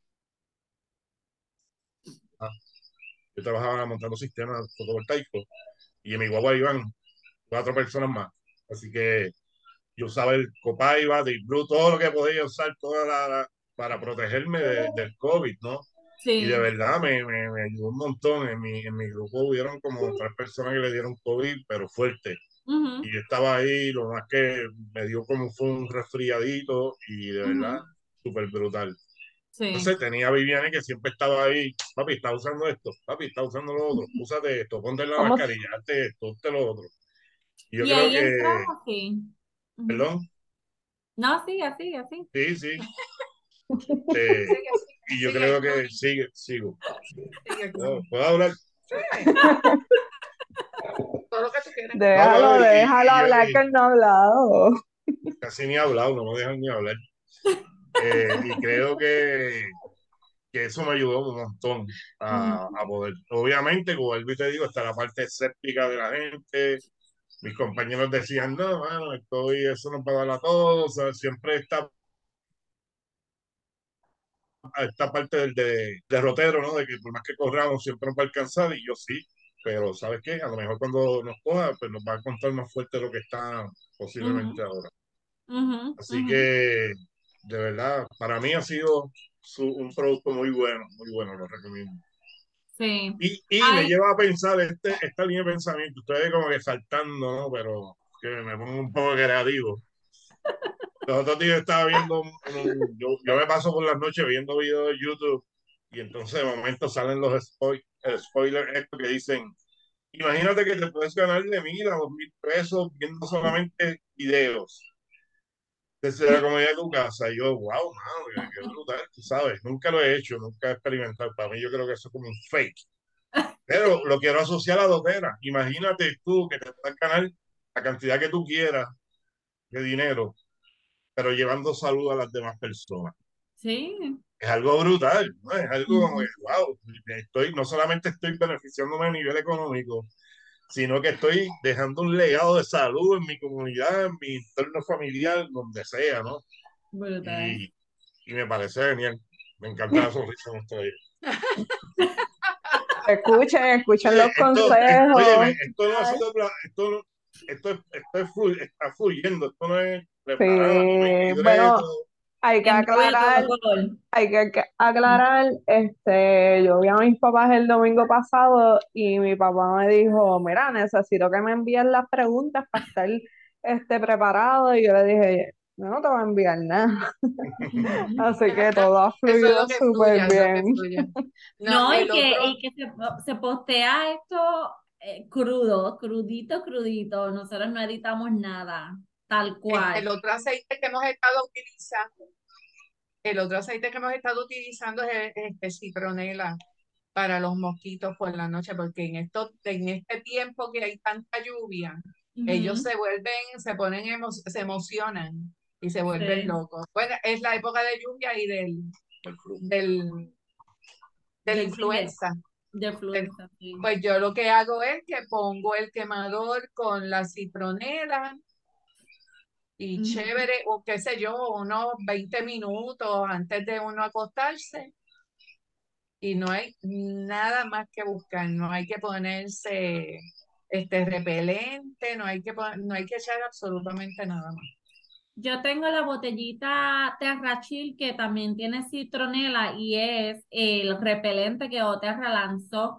Yo trabajaba montando sistemas fotovoltaicos y en mi guagua iban cuatro personas más. Así que yo usaba el Copaiba, Deep Blue, todo lo que podía usar toda la, la- para protegerme de- del COVID, ¿no? Y de Sí. verdad me, me, me ayudó un montón. En mi, en mi grupo hubieron como tres personas que le dieron COVID, pero fuerte. Ujú, Y yo estaba ahí, lo más que me dio como fue un resfriadito y de verdad, ujú. súper brutal. Sí. Entonces tenía a Viviane que siempre estaba ahí, papi, está usando esto, papi, está usando lo otro, úsate esto, ponte la ¿Cómo? mascarilla, hazte esto, hazte lo otro. Y yo Y creo ahí que, entramos, sí. Ujú. perdón, No, sigue, sigue, sí. sí, sí, eh, sigue, y yo sigue, creo que Crony, sigue, sigo. sigue, ¿Puedo, Crony. puedo hablar? Sí, todo lo que tú quieras. No, no, Déjalo, y, déjalo y yo hablar que y él no ha hablado. casi ni he hablado, no me dejan ni hablar. Eh, y creo que, que eso me ayudó un montón a, Ujú, a poder. Obviamente, como vuelvo y te digo, está la parte escéptica de la gente. Mis compañeros decían, no, bueno, estoy, eso no para dar a todos. O sea, siempre está esta parte del de, derrotero, ¿no? De que por más que corramos, siempre nos va a alcanzar. Y yo sí, pero ¿sabes qué? A lo mejor cuando nos coja, pues nos va a contar más fuerte de lo que está posiblemente ujú, ahora. ujú, Así ujú. que, de verdad, para mí ha sido su- un producto muy bueno, muy bueno, lo recomiendo. Sí. Y, y me Ay, lleva a pensar este, esta línea de pensamiento, ustedes como que saltando, ¿no? Pero que me pongo un poco creativo. Los otros días estaba viendo, un- un- yo, yo me paso por las noches viendo videos de YouTube y entonces de momento salen los spoil, el spoiler estos que dicen, imagínate que te puedes ganar de mil a dos mil pesos viendo solamente videos desde la comodidad de tu casa. Y yo, wow, mano, qué, qué brutal, tú sabes, nunca lo he hecho, nunca he experimentado. Para mí yo creo que eso es como un fake. Pero lo quiero asociar a la dotera. Imagínate tú que te puedas ganar la cantidad que tú quieras de dinero, pero llevando salud a las demás personas. sí. Es algo brutal, ¿no? Es algo como que, Ujú. wow, estoy, no solamente estoy beneficiándome a nivel económico, sino que estoy dejando un legado de salud en mi comunidad, en mi entorno familiar, donde sea, ¿no? Brutal. Y, y me parece genial. Me encanta la sonrisa de nuestra vida. Escuchen, escuchen Oye, los esto, es, óyeme, consejos. esto no ha Ay, sido, pla- esto, no- esto, es- esto es flu- está fluyendo, esto no es preparado, aquí no hay Sí, libreto. bueno, hay que en vivo y a aclarar, todo color. hay que ac- aclarar, este, yo vi a mis papás el domingo pasado y mi papá me dijo, mira, necesito que me envíen las preguntas para estar, este, preparado. Y yo le dije, yo no te voy a enviar nada. Así que todo ha Eso es fluido lo que fluye, súper es lo que bien. fluye. No, No, y el que, otro, y que se, se postea esto eh, crudo, crudito, crudito. Nosotros no editamos nada, tal este, cual. el otro aceite que hemos estado utilizando, el otro aceite que hemos estado utilizando es este citronela para los mosquitos por la noche, porque en esto, en este tiempo que hay tanta lluvia, ellos Ujú, se vuelven, se ponen, emo- se emocionan y se vuelven sí, locos. Bueno, es la época de lluvia y del, del, de la del, sí, del, influenza. de Eh, fluenza, sí. Pues yo lo que hago es que pongo el quemador con la citronela y Ujú. chévere, o qué sé yo, unos veinte minutos antes de uno acostarse. Y no hay nada más que buscar, no hay que ponerse este repelente, no hay que pon- no hay que echar absolutamente nada más. Yo tengo la botellita Terrachil que también tiene citronela y es el repelente que Oterra lanzó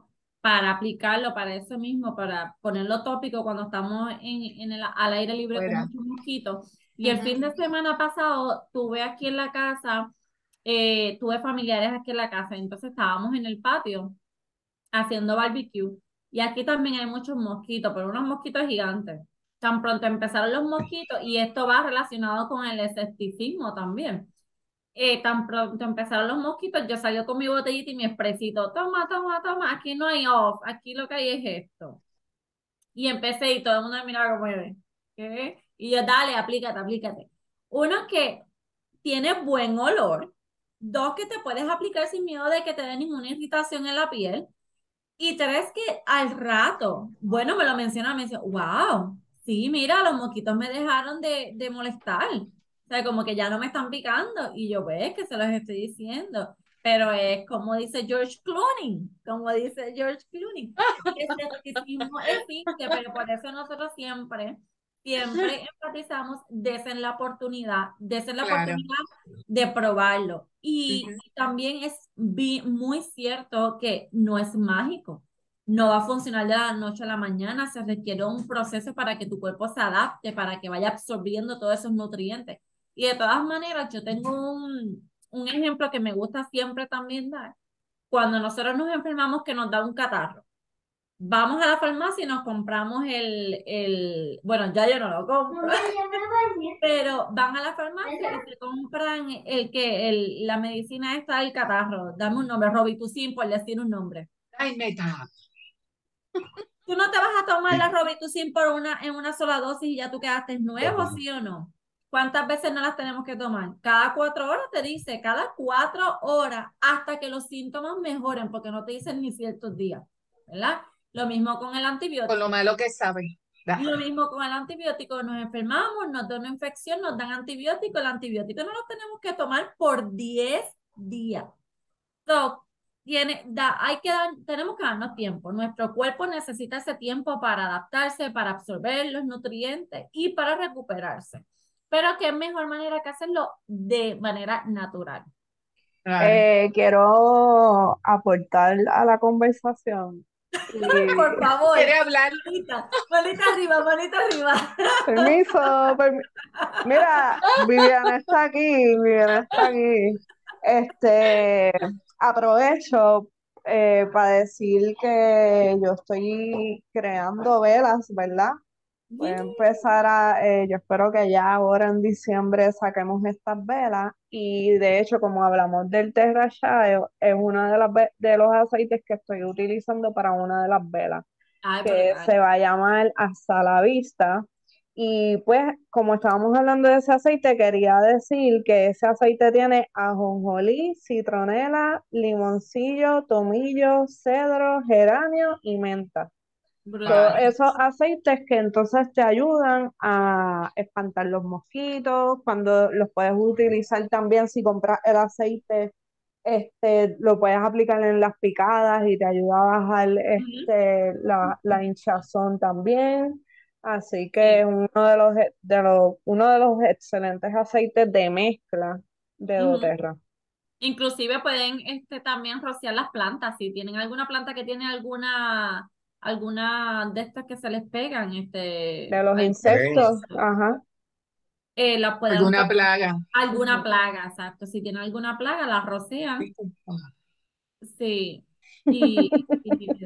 para aplicarlo para eso mismo, para ponerlo tópico cuando estamos en, en el, al aire libre con Fuera. muchos mosquitos. Y el Ujú. fin de semana pasado tuve aquí en la casa, eh, tuve familiares aquí en la casa, entonces estábamos en el patio haciendo barbecue. Y aquí también hay muchos mosquitos, pero unos mosquitos gigantes. Tan pronto empezaron los mosquitos, y esto va relacionado con el escepticismo también. Eh, tan pronto empezaron los mosquitos, yo salí con mi botellita y mi expresito, toma, toma, toma, aquí no hay off, aquí lo que hay es esto. Y empecé y todo el mundo me miraba como, ¿qué? Y yo, dale, aplícate, aplícate. Uno, que tiene buen olor. Dos, que te puedes aplicar sin miedo de que te dé ninguna irritación en la piel. Y tres, que al rato, bueno, me lo menciona, me dice, wow, sí, mira, los mosquitos me dejaron de, de molestar. O sea, como que ya no me están picando. Y yo, ves que se los estoy diciendo. Pero es como dice George Clooney, como dice George Clooney. El escepticismo existe, pero por eso nosotros siempre, siempre enfatizamos, desen la oportunidad, desen la Claro. oportunidad de probarlo. Y Ujú. también es vi- muy cierto que no es mágico. No va a funcionar de la noche a la mañana. Se requiere un proceso para que tu cuerpo se adapte, para que vaya absorbiendo todos esos nutrientes. Y de todas maneras, yo tengo un, un ejemplo que me gusta siempre también dar. Cuando nosotros nos enfermamos, que nos da un catarro, vamos a la farmacia y nos compramos el, el, bueno, ya yo no lo compro, pero van a la farmacia y se compran el que, el, la medicina esta del catarro. Dame un nombre, Robitussin, por decir un nombre. Ay, meta. ¿Tú no te vas a tomar la Sí, Robitussin por una, en una sola dosis y ya tú quedaste nuevo, sí o no? ¿Cuántas veces no las tenemos que tomar? Cada cuatro horas te dice, cada cuatro horas, hasta que los síntomas mejoren, porque no te dicen ni ciertos días, ¿verdad? Lo mismo con el Con lo antibiótico. malo que sabe. Da. Lo mismo con el antibiótico, nos enfermamos, nos da una infección, nos dan antibiótico, el antibiótico no lo tenemos que tomar por diez días. So, tiene, da, hay que dar, tenemos que darnos tiempo. Nuestro cuerpo necesita ese tiempo para adaptarse, para absorber los nutrientes y para recuperarse. Pero qué mejor manera que hacerlo de manera natural. Claro. Eh, quiero aportar a la conversación y Por favor, ¿Quiere hablar? manita, manita arriba, manita arriba. permiso, permi- mira, Viviana está aquí, Viviana está aquí. Este, aprovecho eh, para decir que yo estoy creando velas, ¿verdad? Voy a empezar a, eh, yo espero que ya ahora en diciembre saquemos estas velas y de hecho como hablamos del Terra Shea, es uno de, las, ve- de los aceites que estoy utilizando para una de las velas Ay, que brutal. se va a llamar Hasta la Vista. Y pues, como estábamos hablando de ese aceite, quería decir que ese aceite tiene ajonjolí, citronela, limoncillo, tomillo, cedro, geranio y menta. Todos Brutal. Wow. esos aceites que entonces te ayudan a espantar los mosquitos, cuando los puedes utilizar también si compras el aceite este, lo puedes aplicar en las picadas y te ayuda a bajar Ujú. este, la, la hinchazón también. Así que es Sí. uno de los, e- de los, uno de los excelentes aceites de mezcla de Ujú. doTERRA. Inclusive pueden este, también rociar las plantas. Si tienen alguna planta que tiene alguna, alguna de estas que se les pegan, este, De los algún insectos, insecto, ajá. eh, la pueden Alguna rociar. plaga. Alguna Ujú. plaga, exacto. Si tienen alguna plaga, la rocian. Disculpa. Sí. Y, y-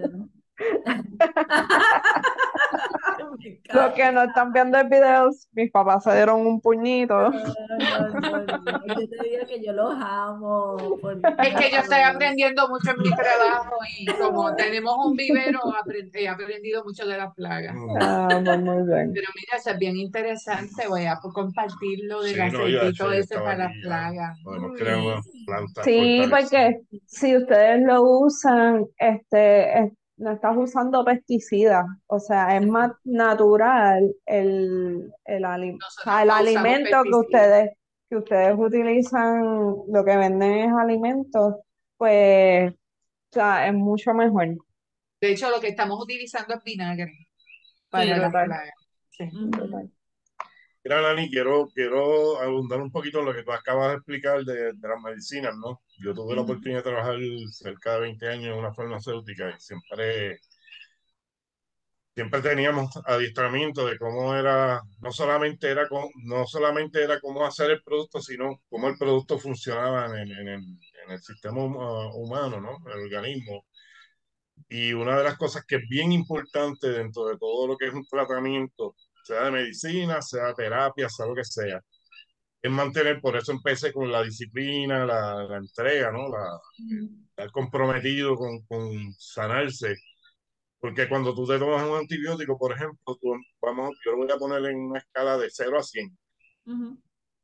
Me Los que no encanta. están viendo el video, mis papás se dieron un puñito. No, no, no, no. Yo te digo que yo los amo por Es que yo estoy Dios. aprendiendo mucho en mi trabajo y como tenemos un vivero, aprend- he aprendido mucho de las plagas. mm, Ah, pues muy bien. Pero mira, eso es bien interesante. Voy a compartir lo del sí, no, yo, de hecho, aceitito yo ese estaba para aquí las ya. plagas. Podemos crear una Sí. planta Sí, fortalecida. porque si ustedes lo usan, este, es- no estás usando pesticidas, o sea, es más Exacto. natural el, el, ali- o Nosotros sea, el no usamos alimento que pesticidas. ustedes, que ustedes utilizan, lo que venden es alimentos, pues, o sea, es mucho mejor. De hecho, lo que estamos utilizando es vinagre Sí, para las Brutal, plagas. Sí. ujú. brutal. Mira, Lani, quiero, quiero abundar un poquito en lo que tú acabas de explicar de, de las medicinas, ¿no? Yo tuve la Ujú, oportunidad de trabajar cerca de veinte años en una farmacéutica y siempre, siempre teníamos adiestramiento de cómo era, no solamente era, con- no solamente era cómo hacer el producto, sino cómo el producto funcionaba en, en el, en el sistema hum- humano, ¿no? El organismo. Y una de las cosas que es bien importante dentro de todo lo que es un tratamiento, sea de medicina, sea terapia, sea lo que sea, es mantener, por eso empecé con la disciplina, la, la entrega, ¿no? La, ujú, estar comprometido con, con sanarse. Porque cuando tú te tomas un antibiótico, por ejemplo, tú- vamos, yo lo voy a poner en una escala de cero a cien. ujú,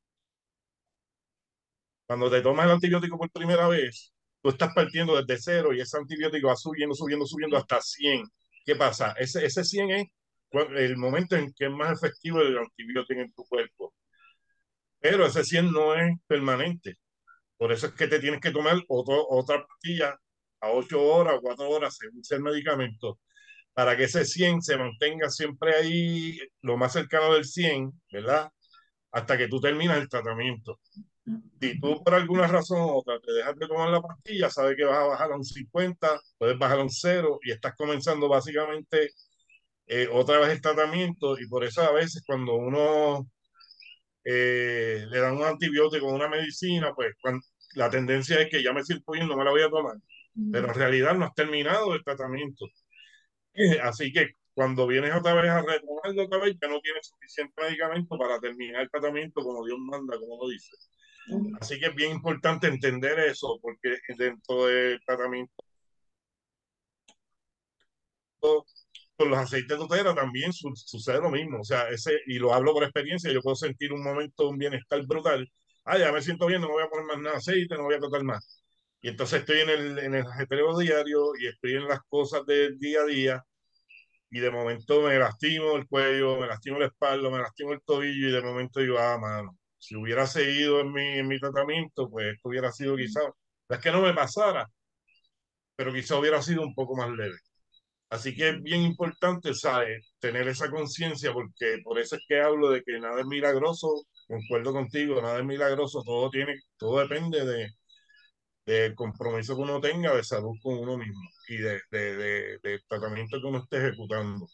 Cuando te tomas el antibiótico por primera vez, tú estás partiendo desde cero y ese antibiótico va subiendo, subiendo, subiendo hasta cien. ¿Qué pasa? Ese, ese cien es cu- el momento en que es más efectivo el antibiótico en tu cuerpo. Pero ese cien no es permanente. Por eso es que te tienes que tomar otro, otra pastilla a ocho horas o cuatro horas según sea el medicamento, para que ese cien se mantenga siempre ahí, lo más cercano del cien, ¿verdad? Hasta que tú terminas el tratamiento. Si tú por alguna razón u otra te dejas de tomar la pastilla, sabes que vas a bajar a un cincuenta, puedes bajar a un cero y estás comenzando básicamente eh, otra vez el tratamiento. Y por eso a veces cuando uno eh, le dan un antibiótico o una medicina, pues cuan- la tendencia es que ya me siento bien, no me la voy a tomar. Pero ujú, en realidad no has terminado el tratamiento. Eh, Así que cuando vienes otra vez a retomarlo otra vez, ya no tienes suficiente medicamento para terminar el tratamiento como Dios manda, como lo dice. ujú, Así que es bien importante entender eso, porque dentro del tratamiento con los aceites de doTERRA también su- sucede lo mismo. O sea, ese, y lo hablo por experiencia, yo puedo sentir un momento, un bienestar brutal. Ah, ya me siento bien, no me voy a poner más nada de aceite, no voy a tocar más. Y entonces estoy en el, en el ajetreo diario y estoy en las cosas del día a día y de momento me lastimo el cuello, me lastimo la espalda, me lastimo el tobillo y de momento digo, ah, mano, si hubiera seguido en mi, en mi tratamiento, pues esto hubiera sido quizá, no es que no me pasara, pero quizá hubiera sido un poco más leve. Así que es bien importante, ¿sabes? Tener esa conciencia porque por eso es que hablo de que nada es milagroso, concuerdo contigo, nada es milagroso, todo tiene, todo depende de, del compromiso que uno tenga de salud con uno mismo y de, de, de, del tratamiento que uno esté ejecutando.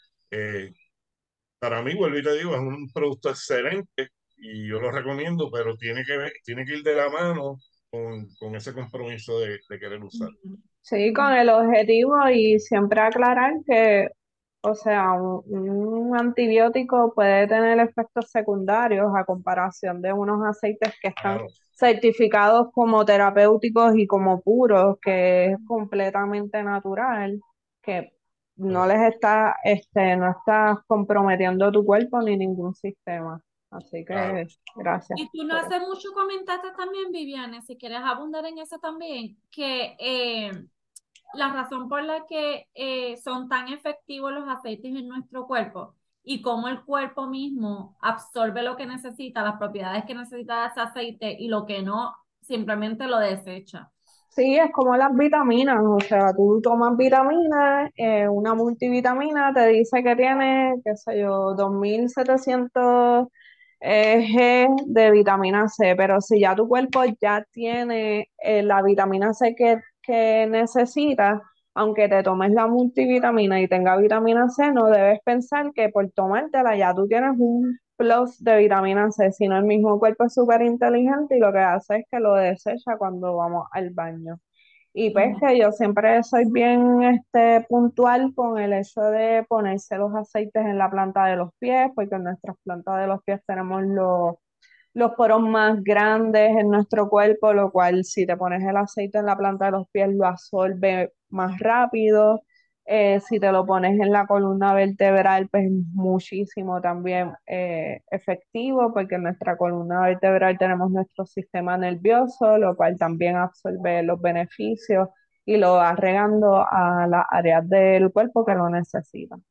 Eh, para mí, vuelvo y te digo, es un producto excelente y yo lo recomiendo, pero tiene que ver- tiene que ir de la mano con, con ese compromiso de, de querer usar. ujú, Sí, con el objetivo y siempre aclarar que, o sea, un, un antibiótico puede tener efectos secundarios a comparación de unos aceites que están Claro, certificados como terapéuticos y como puros, que es completamente natural, que no correcto. les está, este, no estás comprometiendo tu cuerpo ni ningún sistema. Así Claro. que gracias Y tú no por eso. hace mucho comentaste también, Viviane, si quieres abundar en eso también, que eh, la razón por la que eh, son tan efectivos los aceites en nuestro cuerpo y cómo el cuerpo mismo absorbe lo que necesita, las propiedades que necesita ese aceite y lo que no, simplemente lo desecha. Sí, es como las vitaminas, o sea, tú tomas vitaminas, eh, una multivitamina te dice que tiene, qué sé yo, dos mil setecientos eh, G de vitamina C, pero si ya tu cuerpo ya tiene eh, la vitamina C que, que necesita, aunque te tomes la multivitamina y tenga vitamina C, no debes pensar que por tomártela ya tú tienes un plus de vitamina C, sino el mismo cuerpo es súper inteligente y lo que hace es que lo desecha cuando vamos al baño. Y pues Ujú, que yo siempre soy bien este, puntual con el hecho de ponerse los aceites en la planta de los pies, porque en nuestras plantas de los pies tenemos los, los poros más grandes en nuestro cuerpo, lo cual si te pones el aceite en la planta de los pies lo absorbe más rápido. Eh, si te lo pones en la columna vertebral, pues es muchísimo también eh, efectivo, porque en nuestra columna vertebral tenemos nuestro sistema nervioso, lo cual también absorbe los beneficios y lo va regando a las áreas del cuerpo que lo necesitan.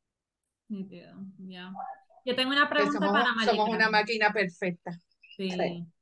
nítido, ya. Yo tengo una Que pregunta somos, para Mari somos una Carmen. máquina perfecta. Sí. Sí,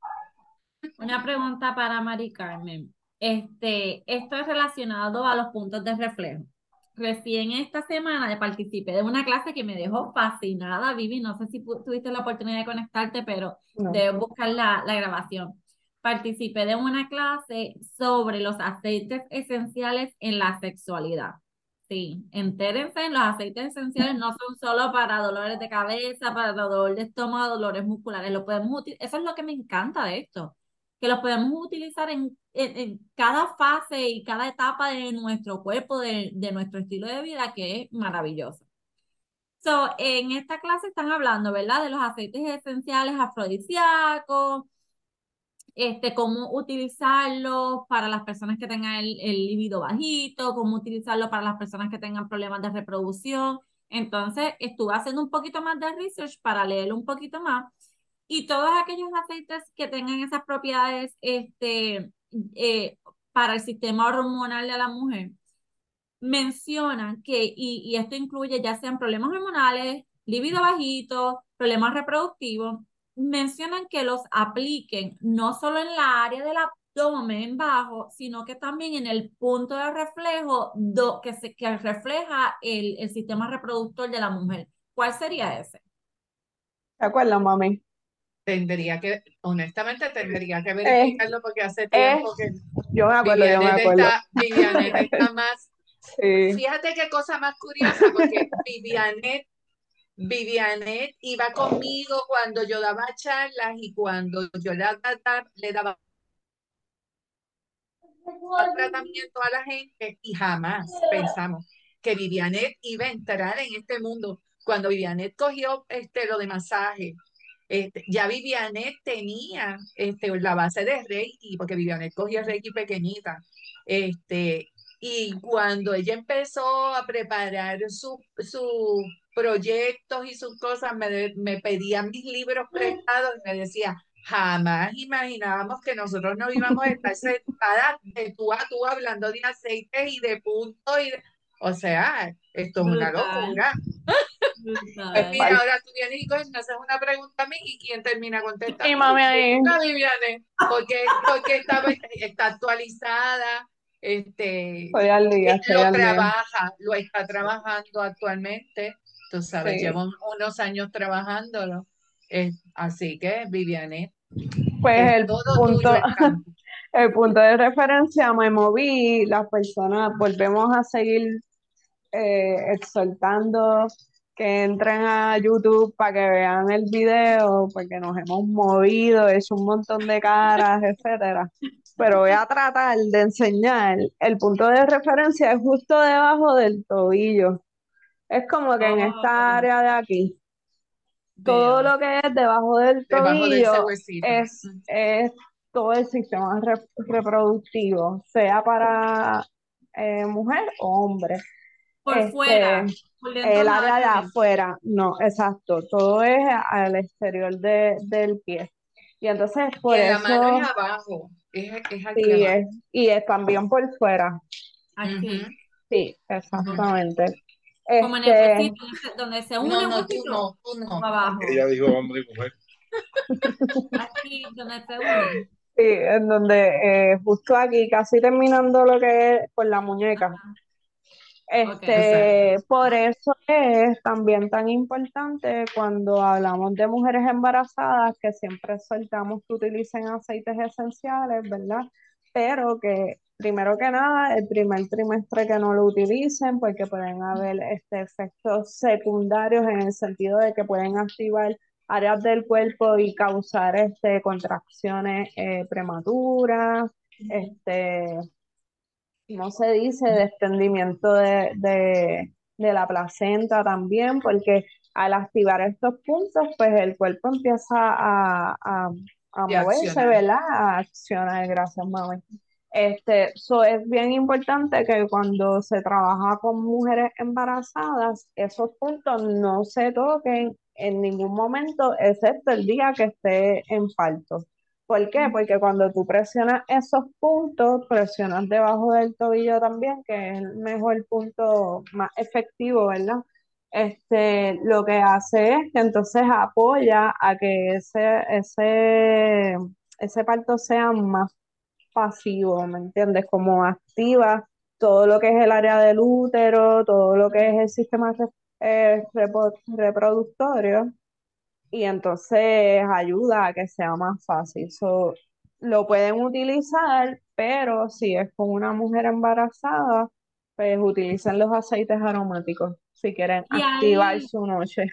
una pregunta para Mari Carmen. Este, esto es relacionado a los puntos de reflejo. recién esta semana participé de una clase que me dejó fascinada, Vivi. No sé si pu- tuviste la oportunidad de conectarte, pero No. debes buscar la, la grabación. Participé de una clase sobre los aceites esenciales en la sexualidad. Sí, entérense, los aceites esenciales no son solo para dolores de cabeza, para dolor de estómago, dolores musculares. Lo podemos uti- Eso es lo que me encanta de esto, que los podemos utilizar en, en, en cada fase y cada etapa de nuestro cuerpo, de, de nuestro estilo de vida, que es maravilloso. So, en esta clase están hablando, ¿verdad? De los aceites esenciales afrodisíacos, este, cómo utilizarlo para las personas que tengan el, el libido bajito, cómo utilizarlo para las personas que tengan problemas de reproducción. Entonces, estuve haciendo un poquito más de research para leerlo un poquito más y todos aquellos aceites que tengan esas propiedades este, eh, para el sistema hormonal de la mujer mencionan que, y, y esto incluye ya sean problemas hormonales, libido bajito, problemas reproductivos, mencionan que los apliquen no solo en la área del abdomen bajo, sino que también en el punto de reflejo do, que, se, que refleja el, el sistema reproductor de la mujer. ¿Cuál sería ese? ¿Te acuerdas, mami? Tendría que, honestamente, tendría que Eh, verificarlo porque hace eh, tiempo que yo me acuerdo, yo me Vivianet acuerdo. está, Vivianet está más, Sí. fíjate qué cosa más curiosa, porque Vivianet, Vivianet iba conmigo cuando yo daba charlas y cuando yo le daba, le daba tratamiento a la gente y jamás pensamos que Vivianet iba a entrar en este mundo. Cuando Vivianet cogió este, lo de masaje, este, ya Vivianet tenía este, la base de Reiki, porque Vivianet cogía Reiki pequeñita. Este, y cuando ella empezó a preparar sus su proyectos y sus cosas, me, de, me pedía mis libros prestados y me decía, jamás imaginábamos que nosotros no íbamos a estar sentadas de tú a tú hablando de aceites y de puntos. Y de... O sea, esto es una Brutal, locura. Pues brutal. mira, ahora tú vienes y coges, me haces una pregunta a mí y quién termina Y contestando. mami ahí, La Viviane, porque, porque está, está actualizada, este, estoy al día, eh, estoy lo al día. trabaja, lo está trabajando actualmente. Tú sabes, Sí. llevo unos años trabajándolo. Eh, así que, Viviane, Pues es el todo tuyo punto, el campo. el punto de referencia me moví, las personas volvemos a seguir eh, exhortando que entren a YouTube para que vean el video, porque nos hemos movido, hecho un montón de caras, etcétera. Pero voy a tratar de enseñar. El punto de referencia es justo debajo del tobillo. Es como que en esta Oh, área de aquí, todo veo. lo que es debajo del Debajo de ese tobillo huesito. es, es todo el sistema re- reproductivo, sea para eh, mujer o hombre. Por Este, fuera, por dentro el nada área de que ver. afuera, no, exacto, todo es al exterior de- del pie. Y entonces Y por en la mano es eso abajo, es, es aquí sí abajo. es, y es también por fuera, Aquí, Ujú. sí, Ok. exactamente. como en el Este, huesito, donde donde se une No, el no, tú huesito, no, tú o no. abajo. Ella dijo hombre y mujer. Aquí, donde se une. sí, en donde eh, justo aquí, casi terminando lo que es por la muñeca. Ajá, ok. Exacto. Este, por eso es también tan importante cuando hablamos de mujeres embarazadas que siempre soltamos que utilicen aceites esenciales, ¿verdad? Pero que primero que nada, el primer trimestre que no lo utilicen porque pueden haber este, efectos secundarios en el sentido de que pueden activar áreas del cuerpo y causar este, contracciones eh, prematuras, este, no se dice desprendimiento de, de, de la placenta también, porque al activar estos puntos, pues el cuerpo empieza a, a, a De moverse, accionar. ¿verdad? A accionar, gracias, mami. Este, so es bien importante que cuando se trabaja con mujeres embarazadas, esos puntos no se toquen en ningún momento, excepto el día que esté en parto. ¿Por qué? Porque cuando tú presionas esos puntos, presionas debajo del tobillo también, que es el mejor punto más efectivo, ¿verdad? Este, lo que hace es que entonces apoya a que ese, ese, ese parto sea más pasivo, ¿me entiendes? Como activa todo lo que es el área del útero, todo lo que es el sistema re- eh, repo- reproductorio, y entonces ayuda a que sea más fácil. So, lo pueden utilizar, pero si es con una mujer embarazada, pues utilicen los aceites aromáticos si quieren Y activar hay, su noche.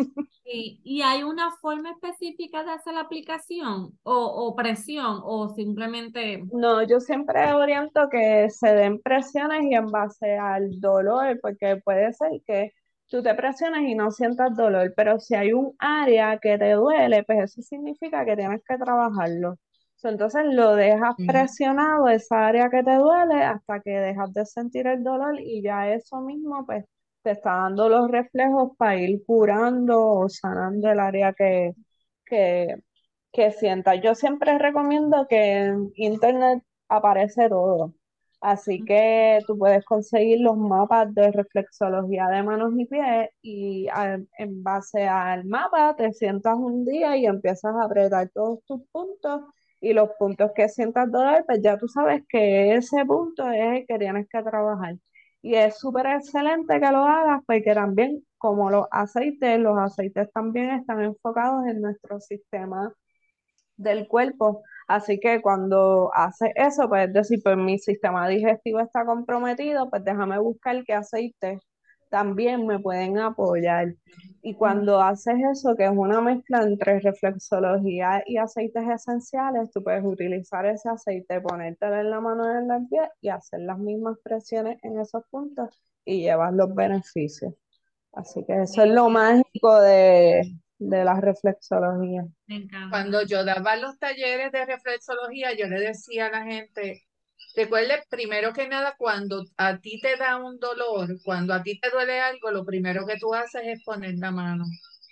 sí, y hay una forma específica de hacer la aplicación o, o presión o simplemente... No, yo siempre oriento que se den presiones y en base al dolor, porque puede ser que tú te presiones y no sientas dolor, pero si hay un área que te duele, pues eso significa que tienes que trabajarlo. So, entonces lo dejas Ujú. presionado, esa área que te duele, hasta que dejas de sentir el dolor y ya eso mismo, pues te está dando los reflejos para ir curando o sanando el área que, que, que sienta. Yo siempre recomiendo que en internet aparece todo. Así que tú puedes conseguir los mapas de reflexología de manos y pies y a- en base al mapa te sientas un día y empiezas a apretar todos tus puntos y los puntos que sientas dolor, pues ya tú sabes que ese punto es el que tienes que trabajar. Y es súper excelente que lo hagas porque también, como los aceites, los aceites también están enfocados en nuestro sistema del cuerpo. Así que cuando haces eso, pues decir, pues mi sistema digestivo está comprometido, pues déjame buscar qué aceites también me pueden apoyar. Y cuando haces eso, que es una mezcla entre reflexología y aceites esenciales, tú puedes utilizar ese aceite, ponértelo en la mano en el pie y hacer las mismas presiones en esos puntos y llevas los beneficios. Así que eso es Me, lo mágico de, de la reflexología. me encanta. Cuando yo daba los talleres de reflexología, yo le decía a la gente, recuerde, primero que nada, cuando a ti te da un dolor, cuando a ti te duele algo, lo primero que tú haces es poner la mano.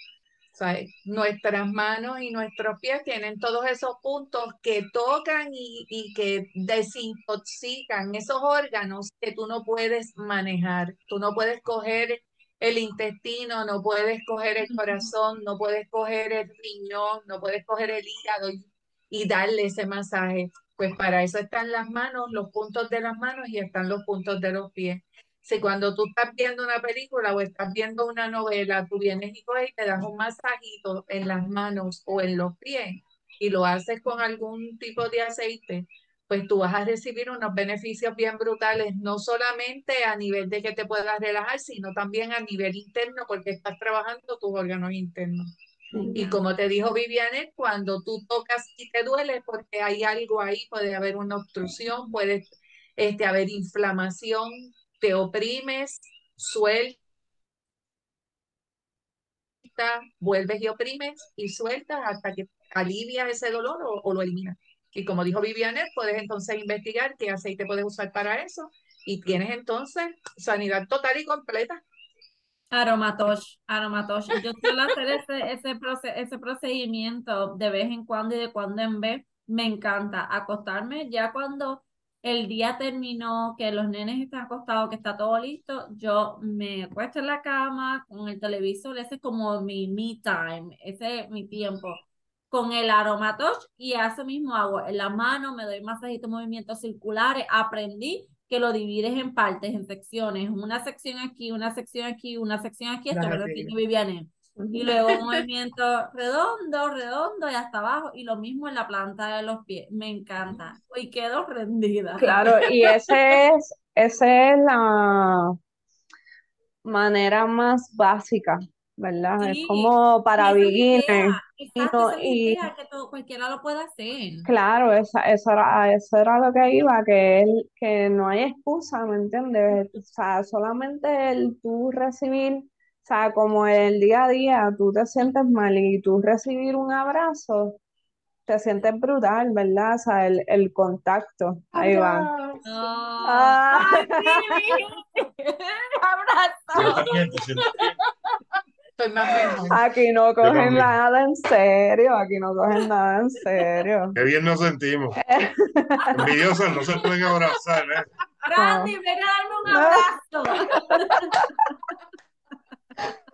O sea, nuestras manos y nuestros pies tienen todos esos puntos que tocan y, y que desintoxican esos órganos que tú no puedes manejar. Tú no puedes coger el intestino, no puedes coger el corazón, no puedes coger el riñón, no puedes coger el hígado y, y darle ese masaje. Pues para eso están las manos, los puntos de las manos y están los puntos de los pies. Si cuando tú estás viendo una película o estás viendo una novela, tú vienes y coges y te das un masajito en las manos o en los pies y lo haces con algún tipo de aceite, pues tú vas a recibir unos beneficios bien brutales, no solamente a nivel de que te puedas relajar, sino también a nivel interno, porque estás trabajando tus órganos internos. Me Y encanta. como te dijo Viviane, cuando tú tocas y te duele, porque hay algo ahí, puede haber una obstrucción, puede este, haber inflamación, te oprimes, sueltas, vuelves y oprimes y sueltas hasta que alivias ese dolor o, o lo eliminas. Y como dijo Viviane, puedes entonces investigar qué aceite puedes usar para eso y tienes entonces sanidad total y completa. Aromatosh, Aromatosh. Yo suelo hacer ese, ese, proce- ese procedimiento de vez en cuando y de cuando en vez. Me encanta acostarme ya cuando el día terminó, que los nenes están acostados, que está todo listo. Yo me acuesto en la cama con el televisor, ese es como mi me time, ese es mi tiempo. Con el Aromatosh y eso mismo hago en la mano, me doy masajitos, movimientos circulares. Aprendí que lo divides en partes, en secciones, una sección aquí, una sección aquí, una sección aquí, esto me lo Así. enseñó Viviane. Y luego un movimiento redondo, redondo y hasta abajo, y lo mismo en la planta de los pies. Me encanta. Y quedo rendida. Claro, y ese es, esa es la manera más básica, ¿verdad? Es Sí, como y para esa es la idea, beginners. Y exacto, no, esa es la y idea, que todo, cualquiera lo puede hacer. claro, esa, eso era, a eso era lo que iba, que él, que no hay excusa, ¿me entiendes? O sea, solamente el tú recibir, o sea, como el día a día tú te sientes mal y tú recibir un abrazo, te sientes brutal, ¿verdad? O sea, el, el contacto, ahí va. Oh, Ah. ¡ay, Vivi! Siento ¡Abrazo! bien, te siento bien. Estoy más mejor. Aquí no Yo cogen también. nada en serio, aquí no cogen nada en serio. Qué bien nos sentimos. Envidiosas no se pueden abrazar, ¿eh? Randy, No. ven a darme No. un abrazo.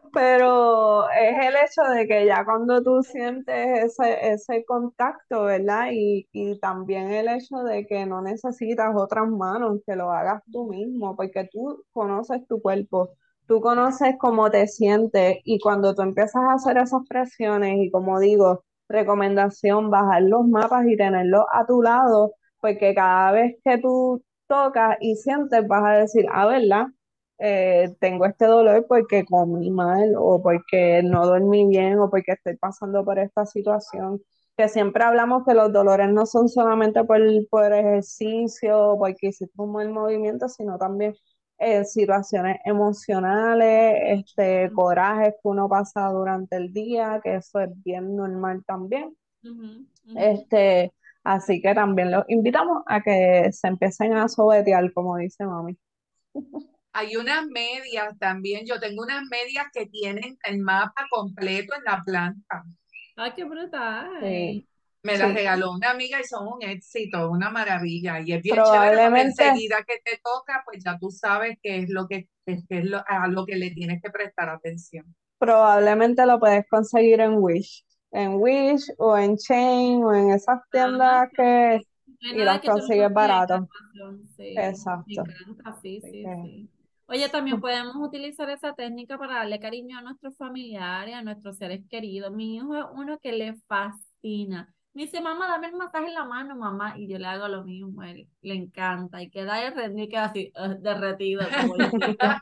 Pero es el hecho de que ya cuando tú sientes ese, ese contacto, ¿verdad? Y, y también el hecho de que no necesitas otras manos, que lo hagas tú mismo, porque tú conoces tu cuerpo, tú conoces cómo te sientes y cuando tú empiezas a hacer esas presiones y como digo, recomendación, bajar los mapas y tenerlos a tu lado, porque cada vez que tú tocas y sientes vas a decir, ah, ¿verdad? Eh, tengo este dolor porque comí mal o porque no dormí bien o porque estoy pasando por esta situación. Que siempre hablamos que los dolores no son solamente por, por ejercicio o porque hiciste un buen movimiento, sino también eh, situaciones emocionales, este, corajes que uno pasa durante el día, que eso es bien normal también. Ujú, ujú. Este, así que también los invitamos a que se empiecen a sobetear, como dice mami. Hay unas medias también. Yo tengo unas medias que tienen el mapa completo en la planta. Ay, qué brutal. Sí, Me las sí. regaló una amiga y son un éxito, una maravilla. Y es bien chévere porque Probablemente, enseguida que te toca, pues ya tú sabes qué es lo que, qué es lo, a lo que le tienes que prestar atención. probablemente lo puedes conseguir en Wish. En Wish o en Chain o en esas Ah, tiendas que sí. No hay y nada las que tú no consigues consigas en barato. Amazon. Sí, me Exacto. encanta, sí, Así sí, que, sí. Oye, también podemos utilizar esa técnica para darle cariño a nuestros familiares, a nuestros seres queridos. Mi hijo es uno que le fascina. Me dice, mamá, dame el masaje en la mano, mamá. Y yo le hago lo mismo, a él le encanta. Y queda el rendir y queda así, eh, derretido, como dicen.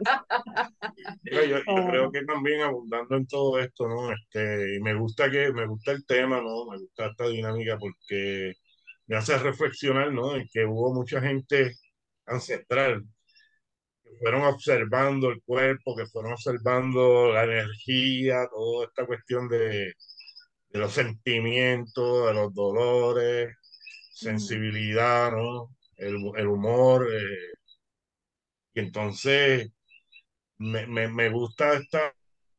Mira, yo, yo cómo creo no. que también abundando en todo esto, ¿no? Este, y me gusta que, me gusta el tema, ¿no? Me gusta esta dinámica porque me hace reflexionar, ¿no? En que hubo mucha gente ancestral que fueron observando el cuerpo, que fueron observando la energía, toda esta cuestión de, de los sentimientos, de los dolores, Ujú, sensibilidad, ¿no? El, el humor. Eh, y entonces me, me, me gusta esta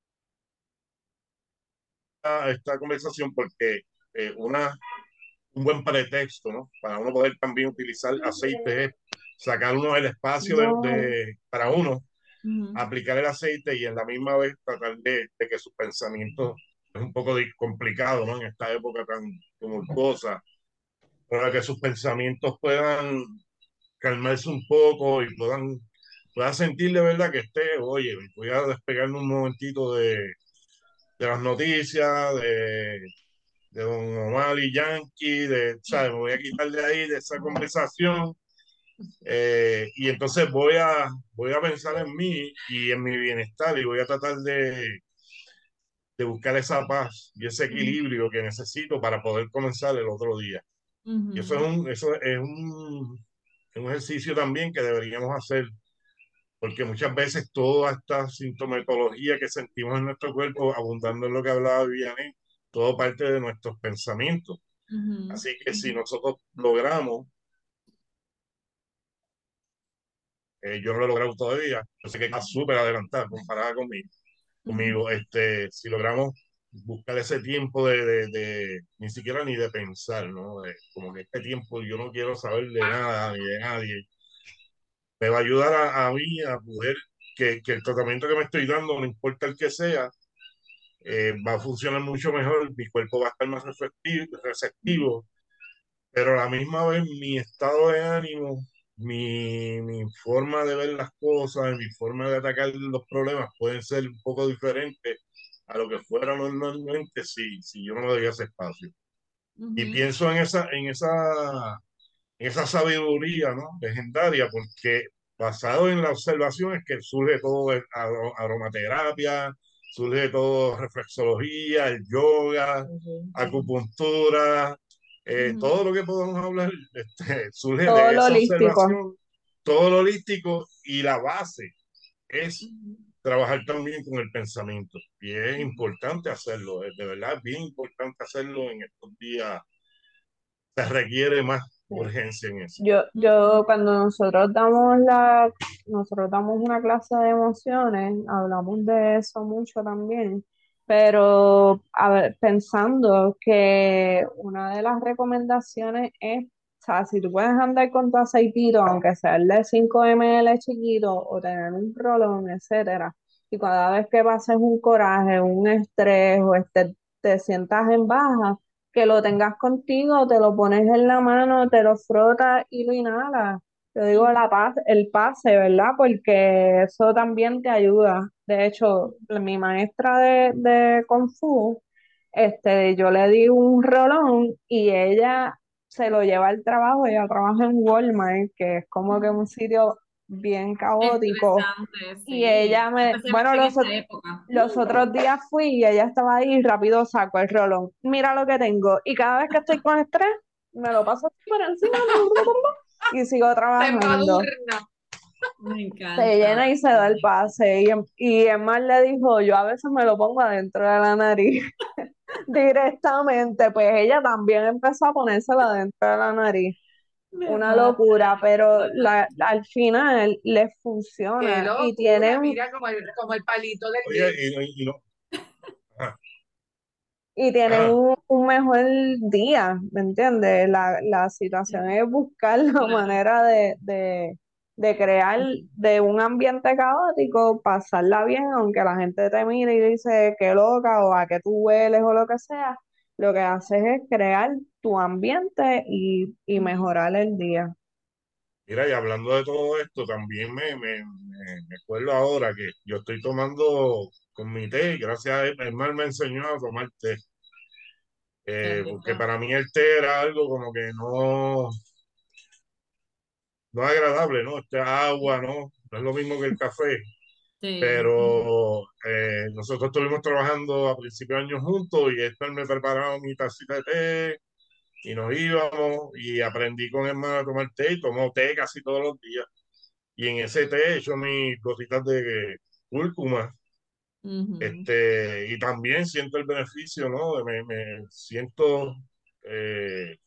esta conversación porque eh, una, un buen pretexto, ¿no? Para uno poder también utilizar aceite es sacar uno el espacio de, No, de- para uno ujú, aplicar el aceite y en la misma vez tratar de, de que sus pensamientos es un poco di- complicado, ¿no? En esta época tan tumultuosa, para que sus pensamientos puedan calmarse un poco y puedan, puedan sentir de verdad que esté, oye, voy a despegarme un momentito de, de las noticias, de, de Don Omar y Yankee, de, ¿sabes? Me voy a quitar de ahí, de esa conversación, eh, y entonces voy a, voy a pensar en mí y en mi bienestar y voy a tratar de, de buscar esa paz y ese ujú, equilibrio que necesito para poder comenzar el otro día. Y eso es ujú, un, eso es un, es un ejercicio también que deberíamos hacer, porque muchas veces toda esta sintomatología que sentimos en nuestro cuerpo, abundando en lo que hablaba Viviane, todo parte de nuestros pensamientos. ujú, Así que si ujú, nosotros logramos, eh, yo no lo he logrado todavía, yo sé que está súper adelantada comparada conmigo, ujú, conmigo, este, si logramos buscar ese tiempo de, de, de- ni siquiera ni de pensar, ¿no? De- como que este tiempo yo no quiero saber de nada ni de nadie, me va a ayudar a, a mí a poder que, que el tratamiento que me estoy dando, no importa el que sea, eh, va a funcionar mucho mejor, mi cuerpo va a estar más receptivo, receptivo, pero a la misma vez mi estado de ánimo, mi, mi forma de ver las cosas, mi forma de atacar los problemas pueden ser un poco diferentes a lo que fuera normalmente si, si yo no me doy ese espacio. Y ujú, pienso en esa, en esa, en esa sabiduría, ¿no? Legendaria, porque basado en la observación es que surge todo el aro- aromaterapia, surge todo reflexología, el yoga, acupuntura, eh, ujú, todo lo que podemos hablar este, surge todo de lo esa holístico. observación, todo lo holístico y la base es ujú. trabajar también con el pensamiento. Y es importante hacerlo, es de verdad es bien importante hacerlo en estos días. Se requiere más urgencia en eso. Yo, yo cuando nosotros damos la, nosotros damos una clase de emociones, hablamos de eso mucho también, pero a ver, pensando que una de las recomendaciones es, o sea, si tú puedes andar con tu aceitito, aunque sea el de cinco mililitros chiquito, o tener un rolón, etcétera, y cada vez que pases un coraje, un estrés o este, te sientas en baja, que lo tengas contigo, te lo pones en la mano, te lo frotas y lo inhalas. Yo digo la paz, el pase, ¿verdad? Porque eso también te ayuda. De hecho, mi maestra de, de Kung Fu, este, yo le di un rolón y ella se lo lleva al trabajo. Ella trabaja en Walmart, que es como que un sitio bien caótico. Estresante, Y sí, ella me, bueno, especialmente en los, esta ot- época. los otros días fui y ella estaba ahí y rápido saco el rolón. Mira lo que tengo. Y cada vez que estoy con estrés, me lo paso así por encima y sigo Se trabajando. embadurna. Me Se encanta. llena y se da el pase. Y, em- y Emma le dijo, yo a veces me lo pongo adentro de la nariz directamente. Pues ella también empezó a ponérselo adentro de la nariz. Me Una mata, locura, pero me la, mata. al final les Qué funciona y locura, tienen mira como el, como el palito del Oye, dedo. y, no- y no, ajá, y tienen ajá, un, un mejor día, ¿me entiendes? La, la situación es buscar la Claro. manera de, de, de crear de un ambiente caótico, pasarla bien, aunque la gente te mire y dice qué loca o a qué tú hueles o lo que sea, lo que haces es crear tu ambiente y, y mejorar el día. mira, y hablando de todo esto, también me, me, me, me acuerdo ahora que yo estoy tomando con mi té, y gracias a él, mi hermano me enseñó a tomar té, Qué eh, porque rico. para mí el té era algo como que no, no es agradable, ¿no? Este agua, ¿no? No es lo mismo que el café, Sí. pero eh, nosotros estuvimos trabajando a principios de año juntos y él me preparaba mi tacita de té y nos íbamos y aprendí con mi hermano a tomar té y tomo té casi todos los días. Y en ese té he hecho mis gotitas de cúrcuma. Ujú, Este, y también siento el beneficio, ¿no? Me, me siento eh,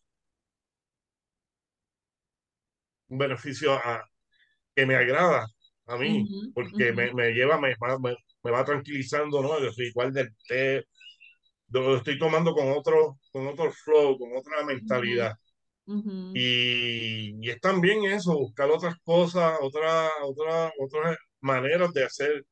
un beneficio a- que me agrada a mí, ujú, porque ujú, me, me lleva, me, va- me, me va tranquilizando, ¿no? El ritual del té, lo estoy tomando con otro, con otro flow, con otra ujú, mentalidad. ujú, Y, y es también eso, buscar otras cosas, otras, otras, otras maneras de hacer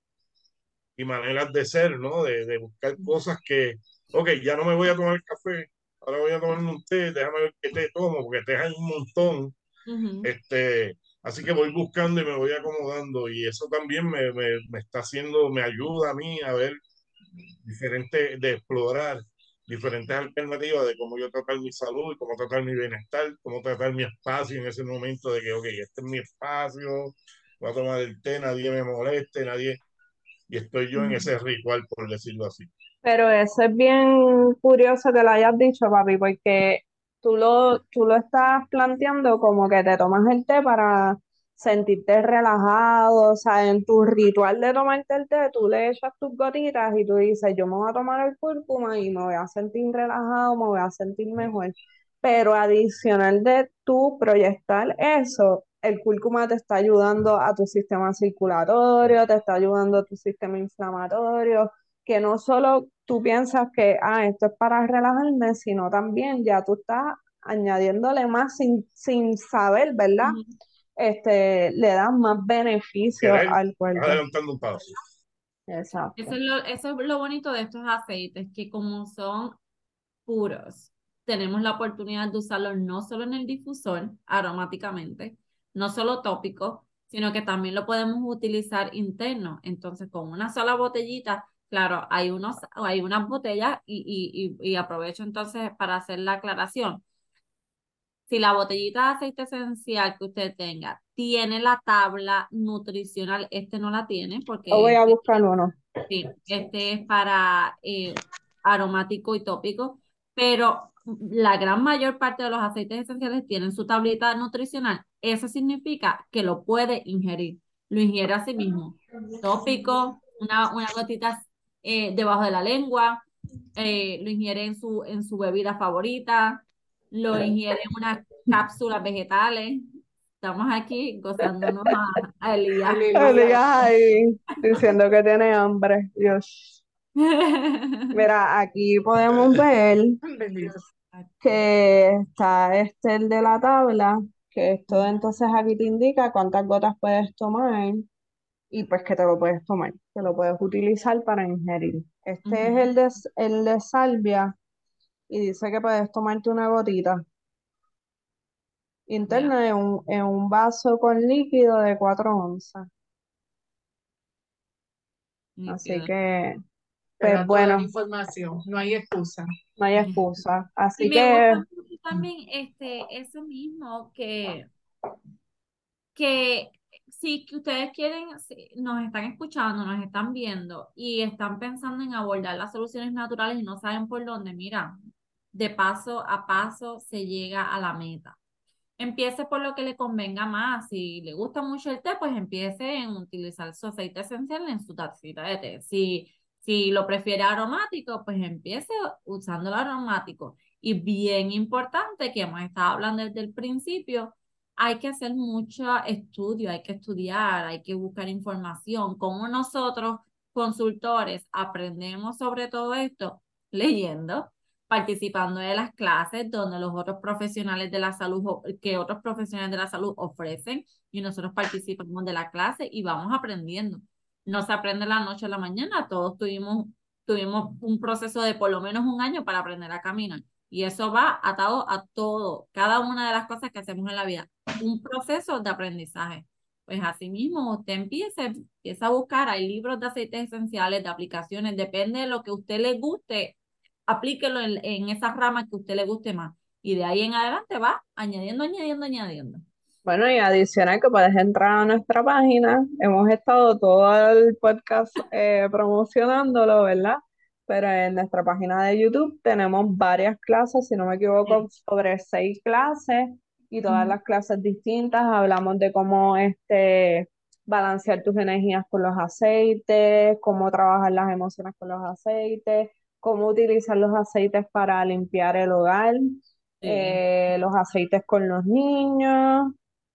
y maneras de ser, ¿no? De, de buscar cosas que, ok, ya no me voy a tomar café, ahora voy a tomarme un té, déjame ver qué té tomo, porque té hay un montón. ujú, Este, así que voy buscando y me voy acomodando y eso también me, me, me está haciendo, me ayuda a mí a ver diferentes, de explorar diferentes alternativas de cómo yo tratar mi salud y cómo tratar mi bienestar, cómo tratar mi espacio en ese momento de que, ok, este es mi espacio, voy a tomar el té, nadie me moleste, nadie, y estoy yo en ujú, ese ritual, por decirlo así. Pero eso es bien curioso que lo hayas dicho, papi, porque tú lo, tú lo estás planteando como que te tomas el té para sentirte relajado, o sea, en tu ritual de tomarte el té, tú le echas tus gotitas y tú dices, yo me voy a tomar el cúrcuma y me voy a sentir relajado, me voy a sentir mejor. Pero adicional de tú proyectar eso, el cúrcuma te está ayudando a tu sistema circulatorio, te está ayudando a tu sistema inflamatorio, que no solo tú piensas que, ah, esto es para relajarme, sino también ya tú estás añadiéndole más sin, sin saber, ¿verdad? ujú. Este, le das más beneficio Querer, al vas cuerpo. adelantando un paso. Eso Exacto. es lo, eso es lo bonito de estos aceites, que como son puros, tenemos la oportunidad de usarlos no solo en el difusor, aromáticamente, no solo tópico, sino que también lo podemos utilizar interno. Entonces, con una sola botellita, claro, hay unos, hay unas botellas y, y, y, y aprovecho entonces para hacer la aclaración. Si la botellita de aceite esencial que usted tenga tiene la tabla nutricional, este no la tiene Yo porque voy a este buscar uno. sí, este es para eh, aromático y tópico, pero la gran mayor parte de los aceites esenciales tienen su tablita nutricional. Eso significa que lo puede ingerir. Lo ingiere a sí mismo. Tópico, una, una gotita eh, debajo de la lengua, eh, lo ingiere en su, en su bebida favorita, lo ingiere en unas cápsulas vegetales. Estamos aquí gozándonos a, a Elías. Aleluya. Elías ahí diciendo que tiene hambre. Dios. Mira, aquí podemos ver Bendito. que está este el de la tabla, que esto entonces aquí te indica cuántas gotas puedes tomar. y pues que te lo puedes tomar, que lo puedes utilizar para ingerir. Este es Ujú. el de, el de salvia y dice que puedes tomarte una gotita Ya, interna en un, en un vaso con líquido de cuatro onzas. Así nítido. que, Te pues da toda la bueno, información, no hay excusa. no hay excusa. Y Así me que, gusta mucho también este, eso mismo que que si que ustedes quieren, si nos están escuchando, nos están viendo y están pensando en abordar las soluciones naturales y no saben por dónde, mira, de paso a paso se llega a la meta. Empiece por lo que le convenga más. Si le gusta mucho el té, pues empiece en utilizar su aceite esencial en su tacita de té. Si, si lo prefiere aromático, pues empiece usando el aromático. Y bien importante, que hemos estado hablando desde el principio, hay que hacer mucho estudio, hay que estudiar, hay que buscar información. Como nosotros, consultores, aprendemos sobre todo esto leyendo, participando de las clases donde los otros profesionales de la salud, o- que otros profesionales de la salud ofrecen y nosotros participamos de la clase y vamos aprendiendo. No se aprende de la noche a la mañana, todos tuvimos, tuvimos un proceso de por lo menos un año para aprender a caminar y eso va atado a todo, cada una de las cosas que hacemos en la vida, un proceso de aprendizaje. Pues así mismo, usted empiece, empieza a buscar, hay libros de aceites esenciales, de aplicaciones, depende de lo que a usted le guste, aplíquelo en, en esa rama que a usted le guste más. Y de ahí en adelante va añadiendo, añadiendo, añadiendo. bueno, y adicional que puedes entrar a nuestra página. Hemos estado todo el podcast eh, promocionándolo, ¿verdad? Pero en nuestra página de YouTube tenemos varias clases, si no me equivoco, Sí. sobre seis clases y todas Ujú, las clases distintas. Hablamos de cómo este, balancear tus energías con los aceites, cómo trabajar las emociones con los aceites, cómo utilizar los aceites para limpiar el hogar, sí. eh, los aceites con los niños.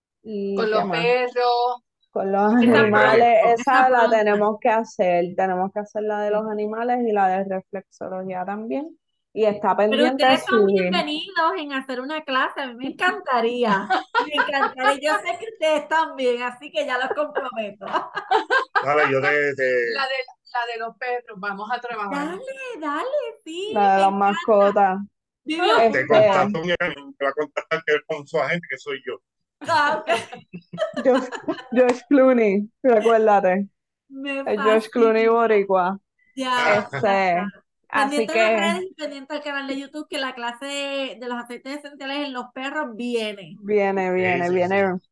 ¿Y Con qué los más? perros, Con los con Esa los animales, perritos. esa esa la pronta. tenemos que hacer. Tenemos que hacer la de los Sí. animales y la de reflexología también. Y está Pero pendiente de ustedes son subir. bienvenidos en hacer una clase. A mí me encantaría. Me encantaría. Yo sé que ustedes también, así que ya los comprometo. Dale, yo te, te- la de, la de los perros, vamos a trabajar. Dale, dale, sí, La de me las encanta. mascotas. Sí, me te Este, contacto un amigo que va a contactar con su agente, que soy yo. Ah, ok. Josh, Josh Clooney, recuérdate. Me El Josh Clooney fascina. boricua. Ya, ya. Este, así Pendiente a las que redes y pendiente al canal de YouTube que la clase de, de los aceites esenciales en los perros viene. viene, Sí, viene, sí, sí. viene.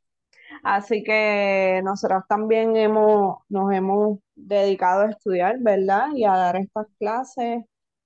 Así que nosotros también hemos, nos hemos dedicado a estudiar, ¿verdad? Y a dar estas clases.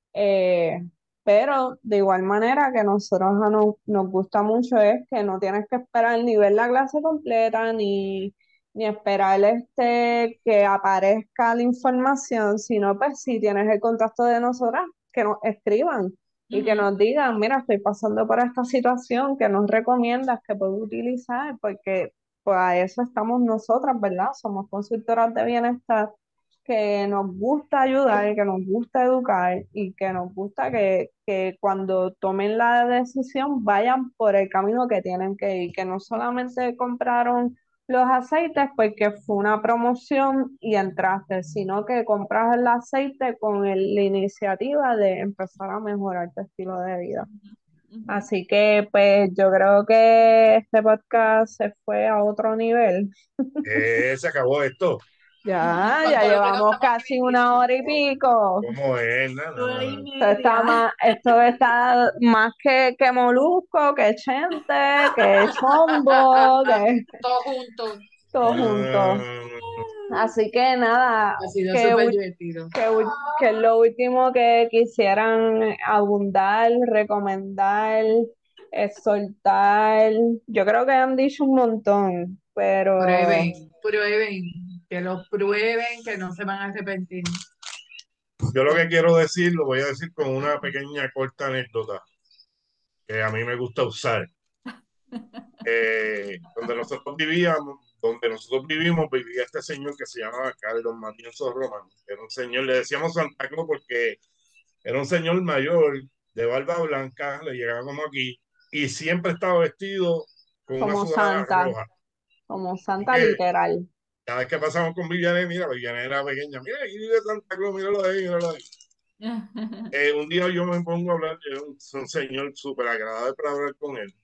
eh, pero de igual manera que nosotros a nos, nos gusta mucho es que no tienes que esperar ni ver la clase completa, ni, ni esperar este, que aparezca la información, sino pues si tienes el contacto de nosotras, que nos escriban y que Ujú, nos digan, mira, estoy pasando por esta situación, que nos recomiendas, que puedo utilizar, porque pues a eso estamos nosotras, ¿verdad? Somos consultoras de bienestar que nos gusta ayudar, que nos gusta educar y que nos gusta que, que cuando tomen la decisión vayan por el camino que tienen que ir, que no solamente compraron los aceites porque fue una promoción y entraste, sino que compras el aceite con el- la iniciativa de empezar a mejorar tu estilo de vida. ujú. Así que pues yo creo que este podcast se fue a otro nivel. Eh, se acabó esto. Ya, Con ya todo lo que nos llevamos estamos casi una hora y pico. ¿Cómo es? No, no, Hora no, y no. Esto está media. más, esto está más que, que Molusco, que Chente, que Chombo, que todos juntos. todo junto. Así que nada, Ha sido que, súper u- divertido. que, u- que lo último que quisieran abundar, recomendar, exhortar. Yo creo que han dicho un montón, pero Prueben, prueben, que lo prueben, que no se van a arrepentir. Yo lo que quiero decir, lo voy a decir con una pequeña corta anécdota que a mí me gusta usar. Eh, donde nosotros vivíamos, donde nosotros vivimos, vivía este señor que se llamaba Carlos Matienzo Román. Era un señor, le decíamos Santa Claus porque era un señor mayor, de barba blanca, le llegaba como aquí, y siempre estaba vestido con una como sudadera Santa, roja. como Así Santa que literal. Cada vez que pasamos con Viviane, mira, Viviane era pequeña, mira, aquí vive Santa Cruz, míralo ahí, míralo ahí. Eh, un día yo me pongo a hablar, es un, es un señor súper agradable para hablar con él.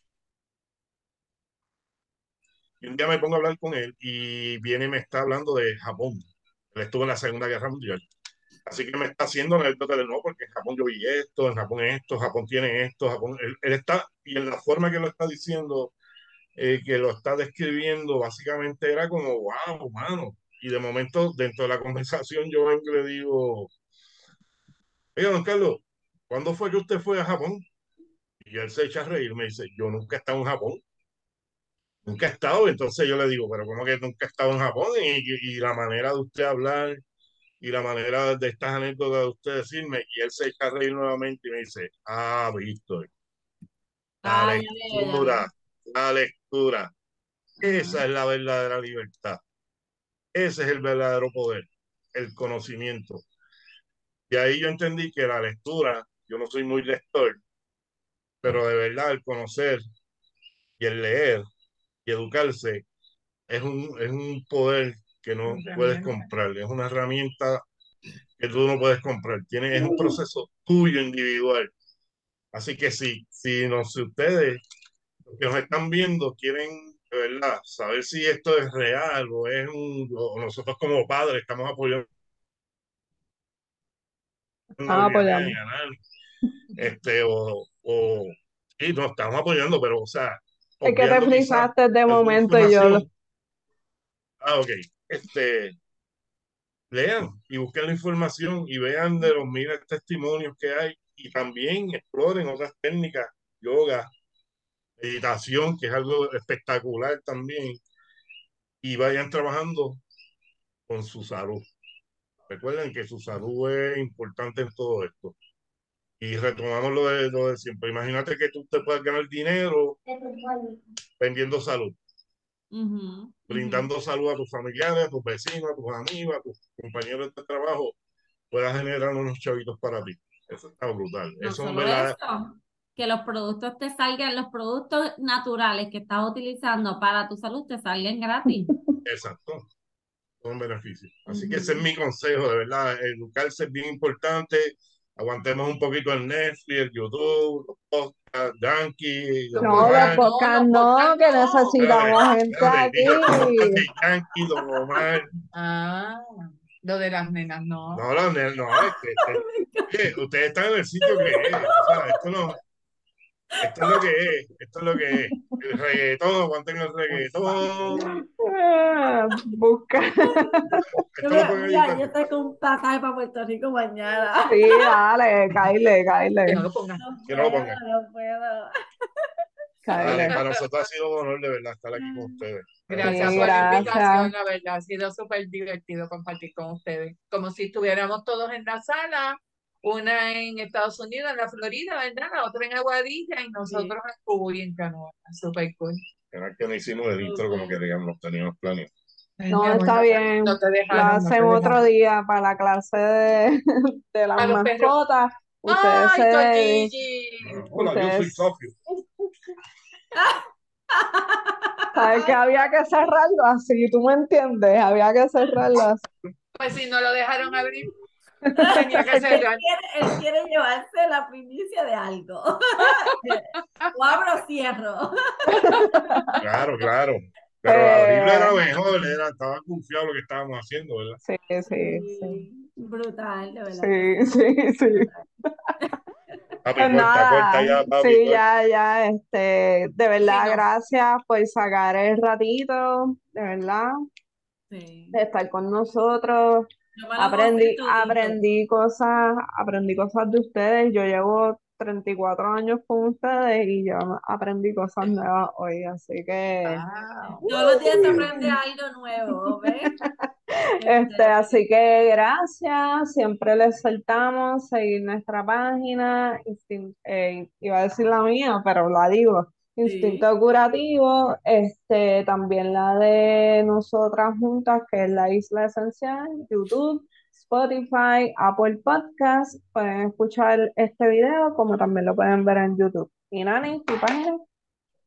Y un día me pongo a hablar con él y viene y me está hablando de Japón. Él estuvo en la Segunda Guerra Mundial. Así que me está haciendo anécdota de no, porque en Japón yo vi esto, en Japón esto, Japón tiene esto, Japón. Él, él está, y en la forma que lo está diciendo, eh, que lo está describiendo, básicamente era como, wow, mano. Y de momento, dentro de la conversación, yo vengo y le digo, oiga, don Carlos, ¿cuándo fue que usted fue a Japón? Y él se echa a reír, me dice, yo nunca he estado en Japón, nunca he estado. Entonces yo le digo, pero ¿cómo que nunca he estado en Japón? Y, y la manera de usted hablar y la manera de estas anécdotas de usted decirme, y él se echa a reír nuevamente y me dice, ah, Víctor, la Ah, ya veo, ya veo. lectura, la lectura, Ajá. esa es la verdadera libertad, ese es el verdadero poder, el conocimiento. Y ahí yo entendí que la lectura, yo no soy muy lector, pero de verdad el conocer y el leer y educarse es un, es un poder que no puedes comprar, es una herramienta que tú no puedes comprar, tiene, es un proceso tuyo individual. Así que si, si, no, si ustedes los que nos están viendo quieren de verdad saber si esto es real o es un, o nosotros como padres estamos apoyando a Están Viviane apoyando. y a Nani, este, o, o sí, no, estamos apoyando, pero o sea, Es que te obviando quizás frizaste de alguna momento y yo lo... información. Ah, ok. Este, lean y busquen la información y vean de los miles de testimonios que hay y también exploren otras técnicas, yoga, meditación, que es algo espectacular también, y vayan trabajando con su salud. Recuerden que su salud es importante en todo esto. Y retomamos lo de, lo de siempre. Imagínate que tú te puedas ganar dinero vendiendo salud, Ujú, ujú. brindando salud a tus familiares, a tus vecinos, a tus amigos, a tus compañeros de trabajo, puedas generar unos chavitos para ti. Eso está brutal. No Eso es un solo verdadero. eso, que los productos te salgan, los productos naturales que estás utilizando para tu salud te salgan gratis. Exacto. Son beneficios. Así que ese es Ujú. mi consejo, de verdad. Educarse es bien importante. Aguantemos un poquito el Netflix, el YouTube, los podcasts, Yankee, Los Don No, los podcasts Omar. no, podcasts los no, podcasts que no. Espérate, necesitamos gente espérate, dije podcast aquí. de Yankee, Don Omar. Ah, lo de las nenas, no. No, no, no, no, es que, es que ustedes están en el sitio que es. O sea, esto no, esto es lo que es, esto es lo que es. El reggaetón, aguanten el reggaetón. Ah, busca. Yo Esto lo me- pueden Mira, editar. yo saco un pasaje para Puerto Rico mañana. Sí, dale, cáile, Que cáile, no lo pongan. No Que no lo puedo, pongan. no puedo. Dale, cáile. para nosotros ha sido un honor de verdad estar aquí con ustedes. Gracias Sí, por la Agradecido. invitación, gracias. la verdad, ha sido súper divertido compartir con ustedes. Como si estuviéramos todos en la sala, una en Estados Unidos, en la Florida, ¿verdad? La otra en Aguadilla y Sí, nosotros en Cuba y en Canoa. Súper cool. Era que no hicimos el intro como súper. queríamos, lo teníamos planeado. Ay, mi No, amor, está no te, no bien. te Lo dejaron, no te hacemos otro dejaron. día para la clase de, de las A los perros. mascotas. Ustedes se ¡Ay, con dedican, Gigi! Ah, hola, yo soy ustedes, Sofio. ¿sabes que había que cerrarlo así? ¿Tú me entiendes? Había que cerrarlo así. Pues si no lo dejaron abrir, tenía que Él cerrar. quiere, él quiere llevarse la primicia de algo. O abro o cierro. Claro, claro. Pero abrirlo Eh, era mejor, era, estaba confiado lo que estábamos haciendo, ¿verdad? sí, sí, sí. Sí, brutal, de verdad que Sí, sí. sí, sí. Papi, Pues corta, corta nada, ya, papi, sí, corta. ya, ya, este, de Sí, verdad, no. gracias por sacar el ratito, de verdad, Sí. de estar con nosotros. Yo me lo gocé Aprendí, todito. aprendí cosas, aprendí cosas de ustedes. Yo llevo treinta y cuatro años con ustedes y yo aprendí cosas nuevas hoy, así que, Ah, Todos los días se aprende uh. algo nuevo, ¿ves? Este, Este, así que gracias, siempre les soltamos seguir nuestra página, instin- eh, iba a decir la mía, pero la digo, sí. Instinto Curativo, este, también la de nosotras juntas, que es La Isla Esencial, YouTube, Spotify, Apple Podcast, pueden escuchar este video como también lo pueden ver en YouTube. Y Nani, tu página.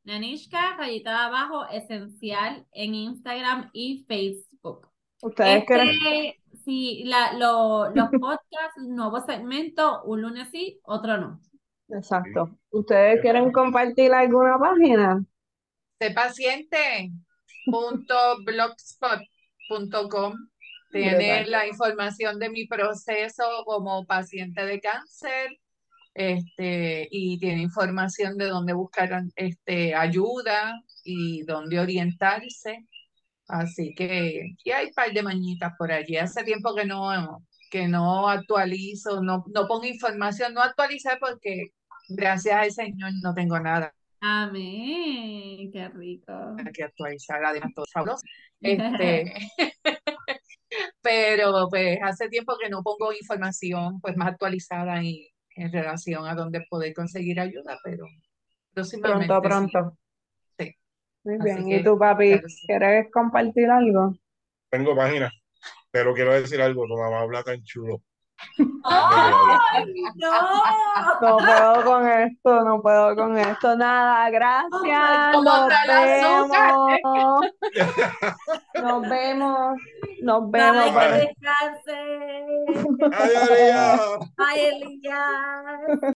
Nanishka, rayita abajo, esencial en Instagram y Facebook. ¿Ustedes quieren? Este, sí, la, lo- los podcasts, nuevo segmento, un lunes sí, otro no. Exacto. ¿Ustedes quieren compartir alguna página? Sé paciente punto blogspot punto com tiene Brutal. la información de mi proceso como paciente de cáncer, este, y tiene información de dónde buscar este, ayuda y dónde orientarse. Así que y hay un par de mañitas por allí. Hace tiempo que no, que no actualizo, no, no pongo información, no actualicé porque gracias al Señor no tengo nada Amén, qué rico. que actualizar, además todo es fabuloso. Este, pero pues hace tiempo que no pongo información pues más actualizada y en relación a dónde poder conseguir ayuda, pero Pronto, próximamente sí, pronto. sí. Muy Así bien. ¿Y que tú, ya papi, lo sé. quieres compartir algo? Tengo página, pero quiero decir algo, tu mamá habla tan chulo. Déjame que hable. ¡Ay, no! No puedo con esto, no puedo con esto. Nada, Oh my gracias. ¿Cómo Nos está el azúcar? vemos. Nos vemos. Nos vemos. Bye, que Bye. Para... descanse. Adiós, Lía. Bye, Elías.